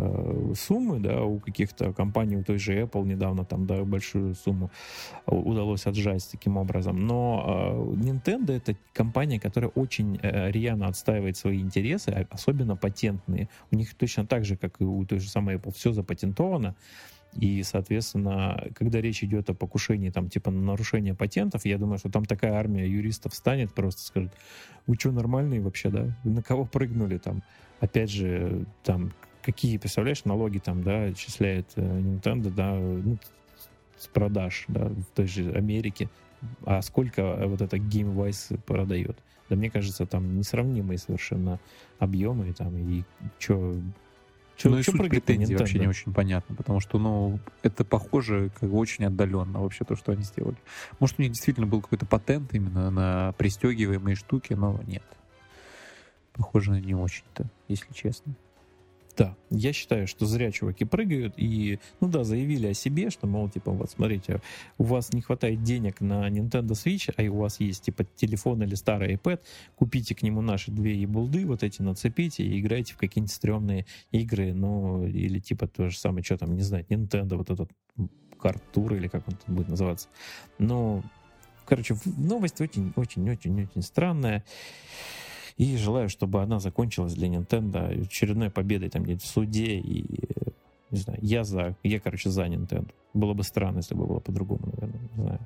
суммы, да, у каких-то компаний, у той же Apple недавно там, да, большую сумму удалось отжать таким образом. Но Nintendo — это компания, которая очень рьяно отстаивает свои интересы, особенно патентные. У них точно так же, как и у той же самой Apple, все запатентовано. И, соответственно, когда речь идет о покушении, там, типа, нарушения патентов, я думаю, что там такая армия юристов встанет, просто скажет: вы что, нормальные вообще, да? Вы на кого прыгнули там? Опять же, там, какие, представляешь, налоги там, да, отчисляет Nintendo, да, ну, с продаж, да, в той же Америке. А сколько вот это GameWise продает? Да, мне кажется, там несравнимые совершенно объемы, там, и что... Ну и суть претензий вообще не очень понятно, потому что, ну, это похоже как бы очень отдаленно вообще то, что они сделали. Может, у них действительно был какой-то патент именно на пристегиваемые штуки, но нет. Похоже, не очень-то, если честно. Да, я считаю, что зря чуваки прыгают и, ну да, заявили о себе, что, мол, типа, вот смотрите, у вас не хватает денег на Nintendo Switch, а у вас есть, типа, телефон или старый iPad, купите к нему наши две ебулды, вот эти нацепите и играйте в какие-нибудь стрёмные игры, ну, или типа то же самое, что там, не знаю, Nintendo, вот этот Картур, или как он тут будет называться. Ну, короче, новость очень-очень-очень-очень странная. И желаю, чтобы она закончилась для Nintendo очередной победой там где-то в суде. И, не знаю, я, короче, за Nintendo. Было бы странно, если бы было по-другому, наверное, не знаю.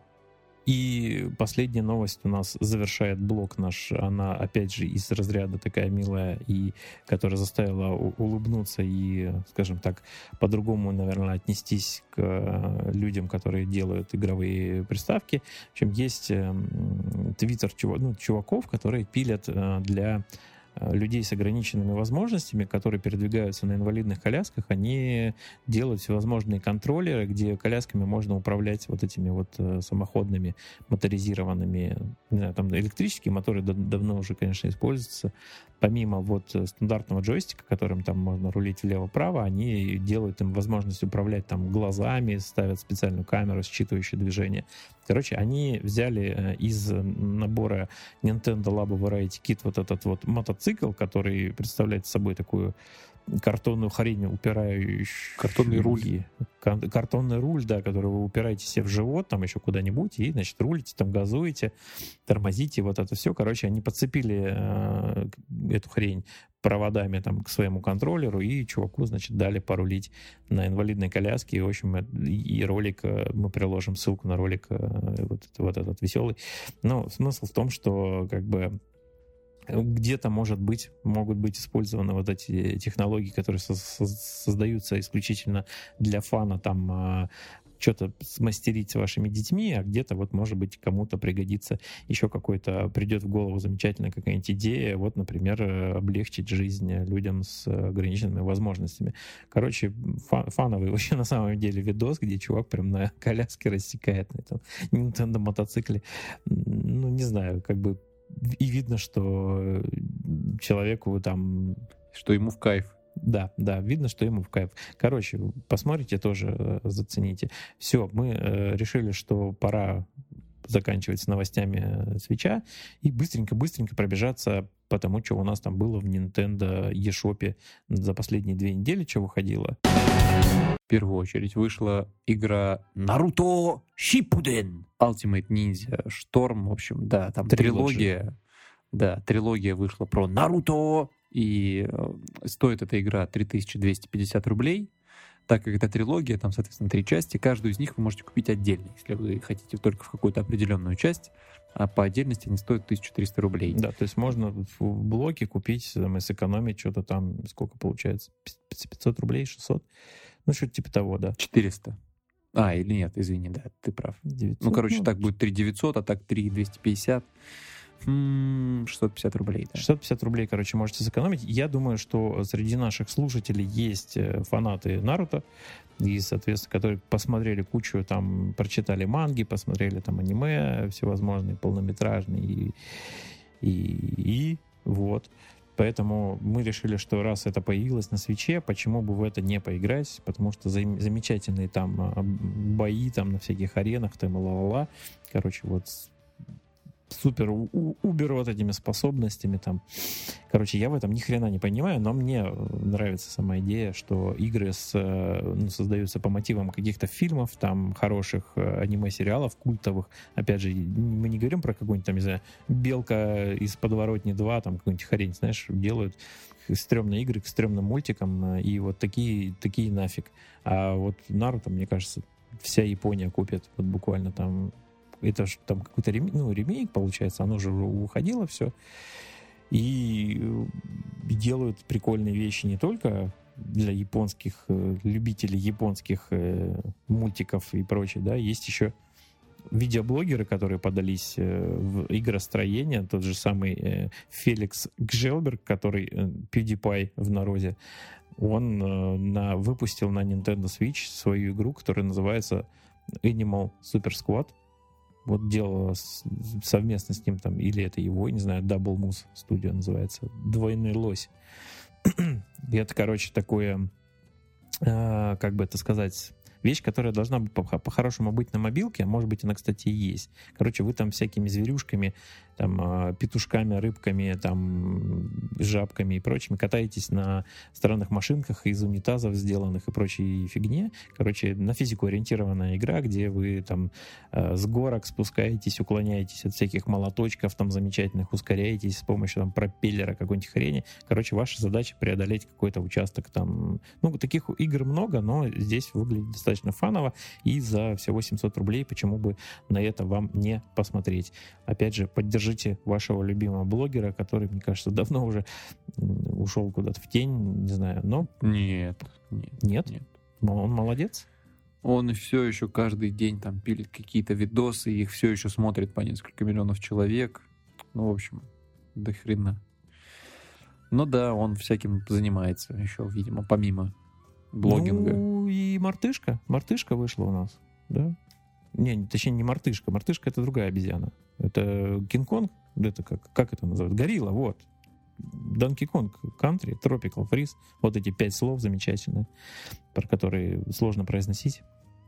И последняя новость у нас завершает блок наш. Она, опять же, из разряда такая милая, и которая заставила улыбнуться и, скажем так, по-другому, наверное, отнестись к людям, которые делают игровые приставки. В общем, есть твиттер чуваков, которые пилят для людей с ограниченными возможностями, которые передвигаются на инвалидных колясках, они делают всевозможные контроллеры, где колясками можно управлять вот этими вот самоходными моторизированными, не знаю, там электрические моторы давно уже, конечно, используются. Помимо вот стандартного джойстика, которым там можно рулить влево-право, они делают им возможность управлять там глазами, ставят специальную камеру, считывающую движение. Короче, они взяли из набора Nintendo Labo Variety Kit вот этот вот мотоцикл, который представляет собой такую картонную хрень, упирающую... Картонный руль. Картонный руль, да, который вы упираете себе в живот, там еще куда-нибудь, и, значит, рулите, там газуете, тормозите, вот это все. Короче, они подцепили эту хрень проводами там к своему контроллеру, и чуваку, значит, дали порулить на инвалидной коляске. И, в общем, и ролик, мы приложим ссылку на ролик вот этот веселый. Но смысл в том, что, как бы, где-то, могут быть использованы вот эти технологии, которые создаются исключительно для фана, там что-то смастерить с вашими детьми, а где-то вот, может быть, кому-то пригодится еще какой-то, придет в голову замечательная какая-нибудь идея, вот, например, облегчить жизнь людям с ограниченными возможностями. Короче, фановый вообще на самом деле видос, где чувак прям на коляске рассекает на этом Nintendo мотоцикле. Ну, не знаю, как бы и видно, что человеку там... Что ему в кайф. Да, видно, что ему в кайф. Короче, посмотрите, тоже зацените. Все, мы решили, что пора заканчивать с новостями Свитча и быстренько пробежаться потому что у нас там было в Nintendo eShop за последние 2 недели, что выходило. В первую очередь вышла игра Naruto Shippuden Ultimate Ninja Storm. В общем, да, там трилогия. Да, трилогия вышла про Наруто, и стоит эта игра 3250 рублей. Так как это трилогия, там, соответственно, 3 части, каждую из них вы можете купить отдельно, если вы хотите только в какую-то определенную часть, а по отдельности они стоят 1300 рублей. Да, то есть можно в блоке купить, там, и сэкономить что-то там, сколько получается, 500 рублей, 600? Ну, что-то типа того, да. 400. Или нет, извини, да, ты прав. 900, так будет 3900, а так 3250. 650 рублей. Да. 650 рублей, можете сэкономить. Я думаю, что среди наших слушателей есть фанаты Наруто, и, соответственно, которые посмотрели кучу, там, прочитали манги, посмотрели там аниме всевозможные, полнометражные, и вот. Поэтому мы решили, что раз это появилось на Свитче, почему бы в это не поиграть, потому что замечательные там бои там на всяких аренах, там, ла-ла-ла. Вот супер убер вот этими способностями там. Я в этом ни хрена не понимаю, но мне нравится сама идея, что игры создаются по мотивам каких-то фильмов, там, хороших аниме-сериалов, культовых. Опять же, мы не говорим про какую-нибудь там, не знаю, «Белка из подворотни 2», там, какую-нибудь хрень, знаешь, делают стрёмные игры к стрёмным мультикам, и вот такие нафиг. А вот Наруто, мне кажется, вся Япония купит, вот буквально там. Это же там какой-то ремейк, получается, оно же уходило все. И делают прикольные вещи не только для японских любителей японских мультиков и прочее, да, есть еще видеоблогеры, которые подались в игростроение, тот же самый Феликс Гжелберг, который PewDiePie в народе, он выпустил на Nintendo Switch свою игру, которая называется Animal Super Squad. Вот делала совместно с ним там, или это его, не знаю, Double Moose Studio называется, «Двойной лось». И это, такое, как бы это сказать, вещь, которая должна быть по-хорошему быть на мобилке, а может быть, она, кстати, и есть. Вы там всякими зверюшками, там, петушками, рыбками, там, жабками и прочими катаетесь на странных машинках из унитазов сделанных и прочей фигне. На физику ориентированная игра, где вы там с горок спускаетесь, уклоняетесь от всяких молоточков там замечательных, ускоряетесь с помощью там пропеллера какой-нибудь хрени. Ваша задача преодолеть какой-то участок там. Таких игр много, но здесь выглядит достаточно фаново, и за всего 700 рублей почему бы на это вам не посмотреть. Опять же, поддержите вашего любимого блогера, который, мне кажется, давно уже ушел куда-то в тень, не знаю, но... Нет? Он молодец? Он все еще каждый день там пилит какие-то видосы, их все еще смотрит по несколько миллионов человек. В общем, до хрена. Да, он всяким занимается еще, видимо, помимо блогинга. И мартышка вышла у нас, да? Точнее, не мартышка. Мартышка — это другая обезьяна. Это Кинг-Конг, это как это называют? Горилла, вот. Donkey Kong Country, Tropical Freeze. Вот эти 5 слов замечательные, про которые сложно произносить.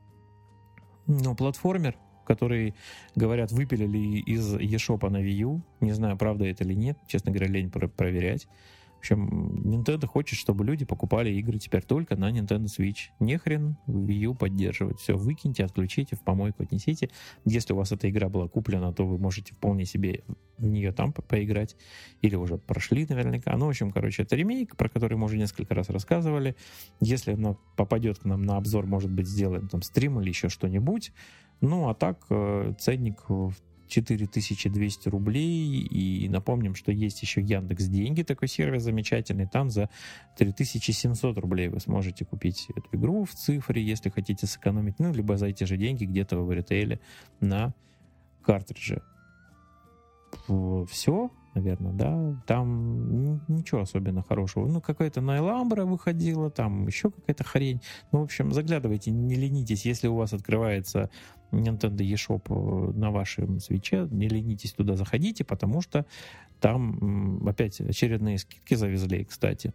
Платформер, который, говорят, выпилили из eShop на Wii U. Не знаю, правда это или нет. Честно говоря, лень проверять. В общем, Nintendo хочет, чтобы люди покупали игры теперь только на Nintendo Switch. Нехрен Wii U поддерживать. Все, выкиньте, отключите, в помойку отнесите. Если у вас эта игра была куплена, то вы можете вполне себе в нее там поиграть. Или уже прошли наверняка. В общем, это ремейк, про который мы уже несколько раз рассказывали. Если она попадет к нам на обзор, может быть, сделаем там стрим или еще что-нибудь. А так, ценник 4200 рублей. И напомним, что есть еще Яндекс.Деньги, такой сервис замечательный. Там за 3700 рублей вы сможете купить эту игру в цифре, если хотите сэкономить. Либо за эти же деньги где-то в ритейле на картридже. Все, наверное, да. Там ничего особенно хорошего. Какая-то Найламбра выходила, там еще какая-то хрень. В общем, заглядывайте, не ленитесь. Если у вас открывается Nintendo eShop на вашем свитче, не ленитесь туда, заходите, потому что там опять очередные скидки завезли, кстати.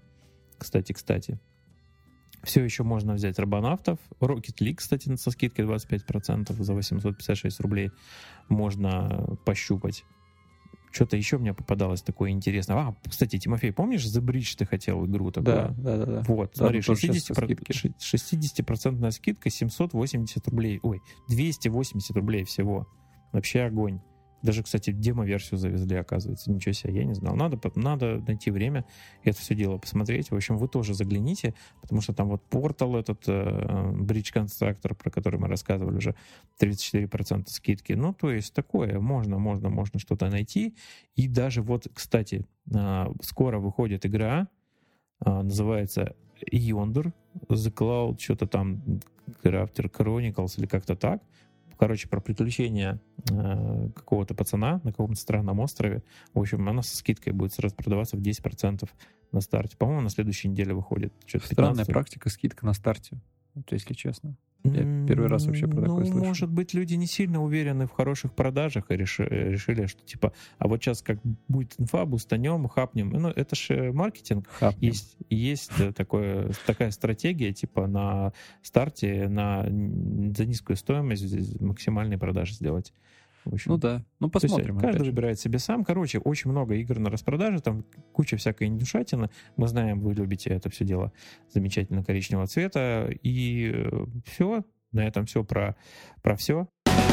Все еще можно взять Робонавтов. Rocket League, кстати, со скидкой 25% за 856 рублей можно пощупать. Что-то еще мне попадалось такое интересное. Кстати, Тимофей, помнишь, The Bridge ты хотел игру такую? Да. Вот, Да, смотри, тут тоже сейчас со скидки. 60% скидка, 780 рублей. Ой, 280 рублей всего. Вообще огонь. Даже, кстати, демо-версию завезли, оказывается. Ничего себе, я не знал. Надо найти время и это все дело посмотреть. В общем, вы тоже загляните, потому что там вот портал этот, Bridge Constructor, про который мы рассказывали уже, 34% скидки. Ну, то есть такое, можно что-то найти. И даже вот, кстати, скоро выходит игра, называется Yonder, The Cloud, что-то там, Crafter Chronicles или как-то так. Короче, про приключения какого-то пацана на каком-то странном острове. В общем, она со скидкой будет сразу продаваться в 10% на старте. По-моему, на следующей неделе выходит. Странная практика, скидка на старте, вот, если честно. Я первый раз вообще про такое слышу. Может быть, люди не сильно уверены в хороших продажах и решили, что типа, а вот сейчас как будет инфа, бустанем, хапнем. Ну, это же маркетинг. Хапнем. Есть такая стратегия, типа на старте за низкую стоимость максимальные продажи сделать. В общем, ну да, посмотрим. Каждый выбирает себе сам. Короче, очень много игр на распродаже, там куча всякой индюшатины. Мы знаем, вы любите это все дело замечательно коричневого цвета. И все, на этом все про все.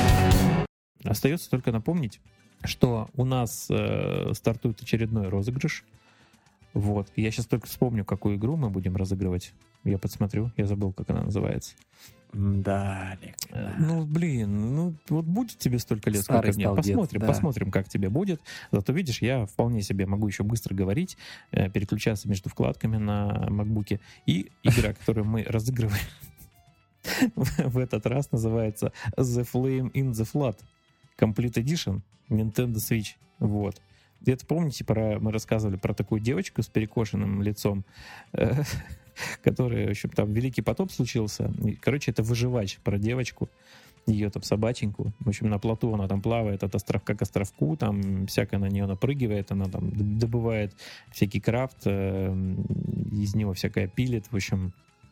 Остается только напомнить, что у нас стартует очередной розыгрыш. Вот. Я сейчас только вспомню, какую игру мы будем разыгрывать. Я подсмотрю, я забыл, как она называется. Да, Олег. Ну, блин, вот будет тебе столько лет, Старый сколько мне. стал Посмотрим, как тебе будет. Зато, видишь, я вполне себе могу еще быстро говорить, переключаться между вкладками на MacBook'е. И игра, которую мы разыгрываем в этот раз, называется The Flame in the Flood Complete Edition Nintendo Switch. Вот. Где-то помните, мы рассказывали про такую девочку с перекошенным лицом, которая, в общем, там Великий потоп случился. Короче, это выживач про девочку, ее там собаченьку. В общем, на плоту она там плавает от островка к островку, там всякое на нее напрыгивает, она там добывает всякий крафт, из него всякое пилит. В общем,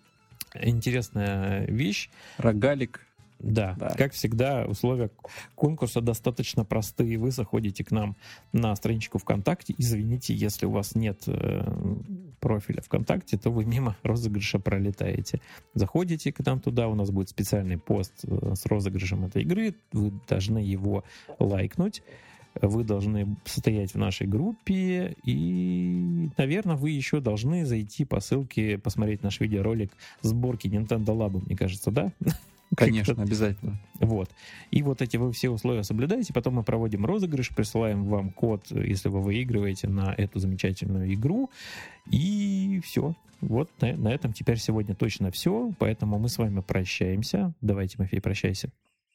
интересная вещь. Рогалик. Да, как всегда, условия конкурса достаточно простые. Вы заходите к нам на страничку ВКонтакте. Извините, если у вас нет профиля ВКонтакте, то вы мимо розыгрыша пролетаете. Заходите к нам туда, у нас будет специальный пост с розыгрышем этой игры. Вы должны его лайкнуть. Вы должны состоять в нашей группе. И, наверное, вы еще должны зайти по ссылке, посмотреть наш видеоролик сборки Nintendo Lab, мне кажется, да? Конечно, обязательно. Вот. И вот эти вы все условия соблюдаете, потом мы проводим розыгрыш, присылаем вам код, если вы выигрываете на эту замечательную игру, и все. Вот на этом теперь сегодня точно все, поэтому мы с вами прощаемся. Давай, Тимофей, прощайся.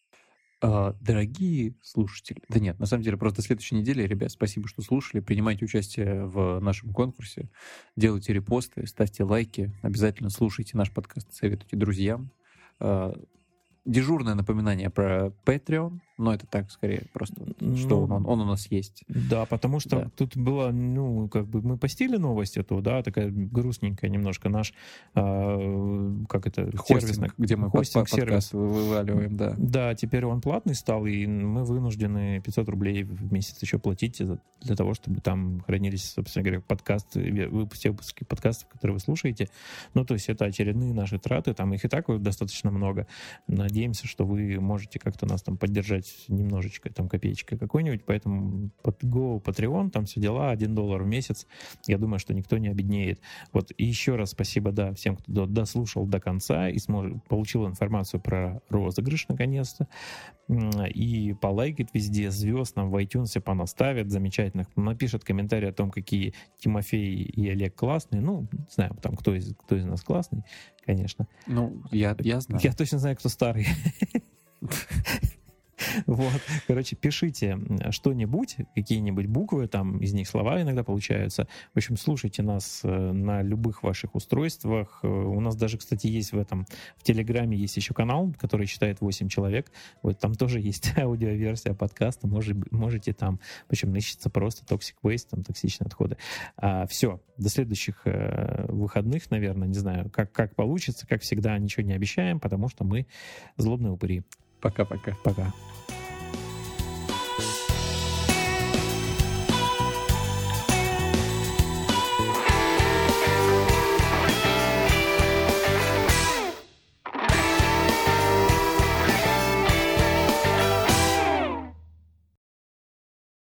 Дорогие слушатели, да нет, на самом деле, просто до следующей недели, ребят, спасибо, что слушали, принимайте участие в нашем конкурсе, делайте репосты, ставьте лайки, обязательно слушайте наш подкаст, советуйте друзьям. Дежурное напоминание про Patreon, но это так, скорее, просто, что он у нас есть. Да, потому что тут было, мы постили новость эту, да, такая грустненькая немножко, наш, хостинг, где мы подкаст вываливаем, да. Да, теперь он платный стал, и мы вынуждены 500 рублей в месяц еще платить для того, чтобы там хранились, собственно говоря, выпуски подкастов, которые вы слушаете. Ну, то есть это очередные наши траты, там их и так достаточно много. Надеемся, что вы можете как-то нас там поддержать немножечко, там копеечкой какой-нибудь, поэтому Go, Patreon, там все дела, $1 в месяц, я думаю, что никто не обеднеет. Вот, и еще раз спасибо, да, всем, кто дослушал до конца и получил информацию про розыгрыш, наконец-то, и полайкает везде, звезд нам в iTunes понаставит замечательных, напишет комментарий о том, какие Тимофей и Олег классные, не знаю, там, кто из нас классный, конечно. Я знаю. Я точно знаю, кто старый. Вот, короче, пишите что-нибудь, какие-нибудь буквы, там из них слова иногда получаются. В общем, слушайте нас на любых ваших устройствах. У нас даже, кстати, есть в Телеграме есть еще канал, который читает 8 человек. Вот там тоже есть аудиоверсия подкаста. Можете там, причем ищется просто Toxic Waste, там токсичные отходы. Все, до следующих выходных, наверное, не знаю, как получится. Как всегда, ничего не обещаем, потому что мы злобные упыри. Пока-пока. Пока.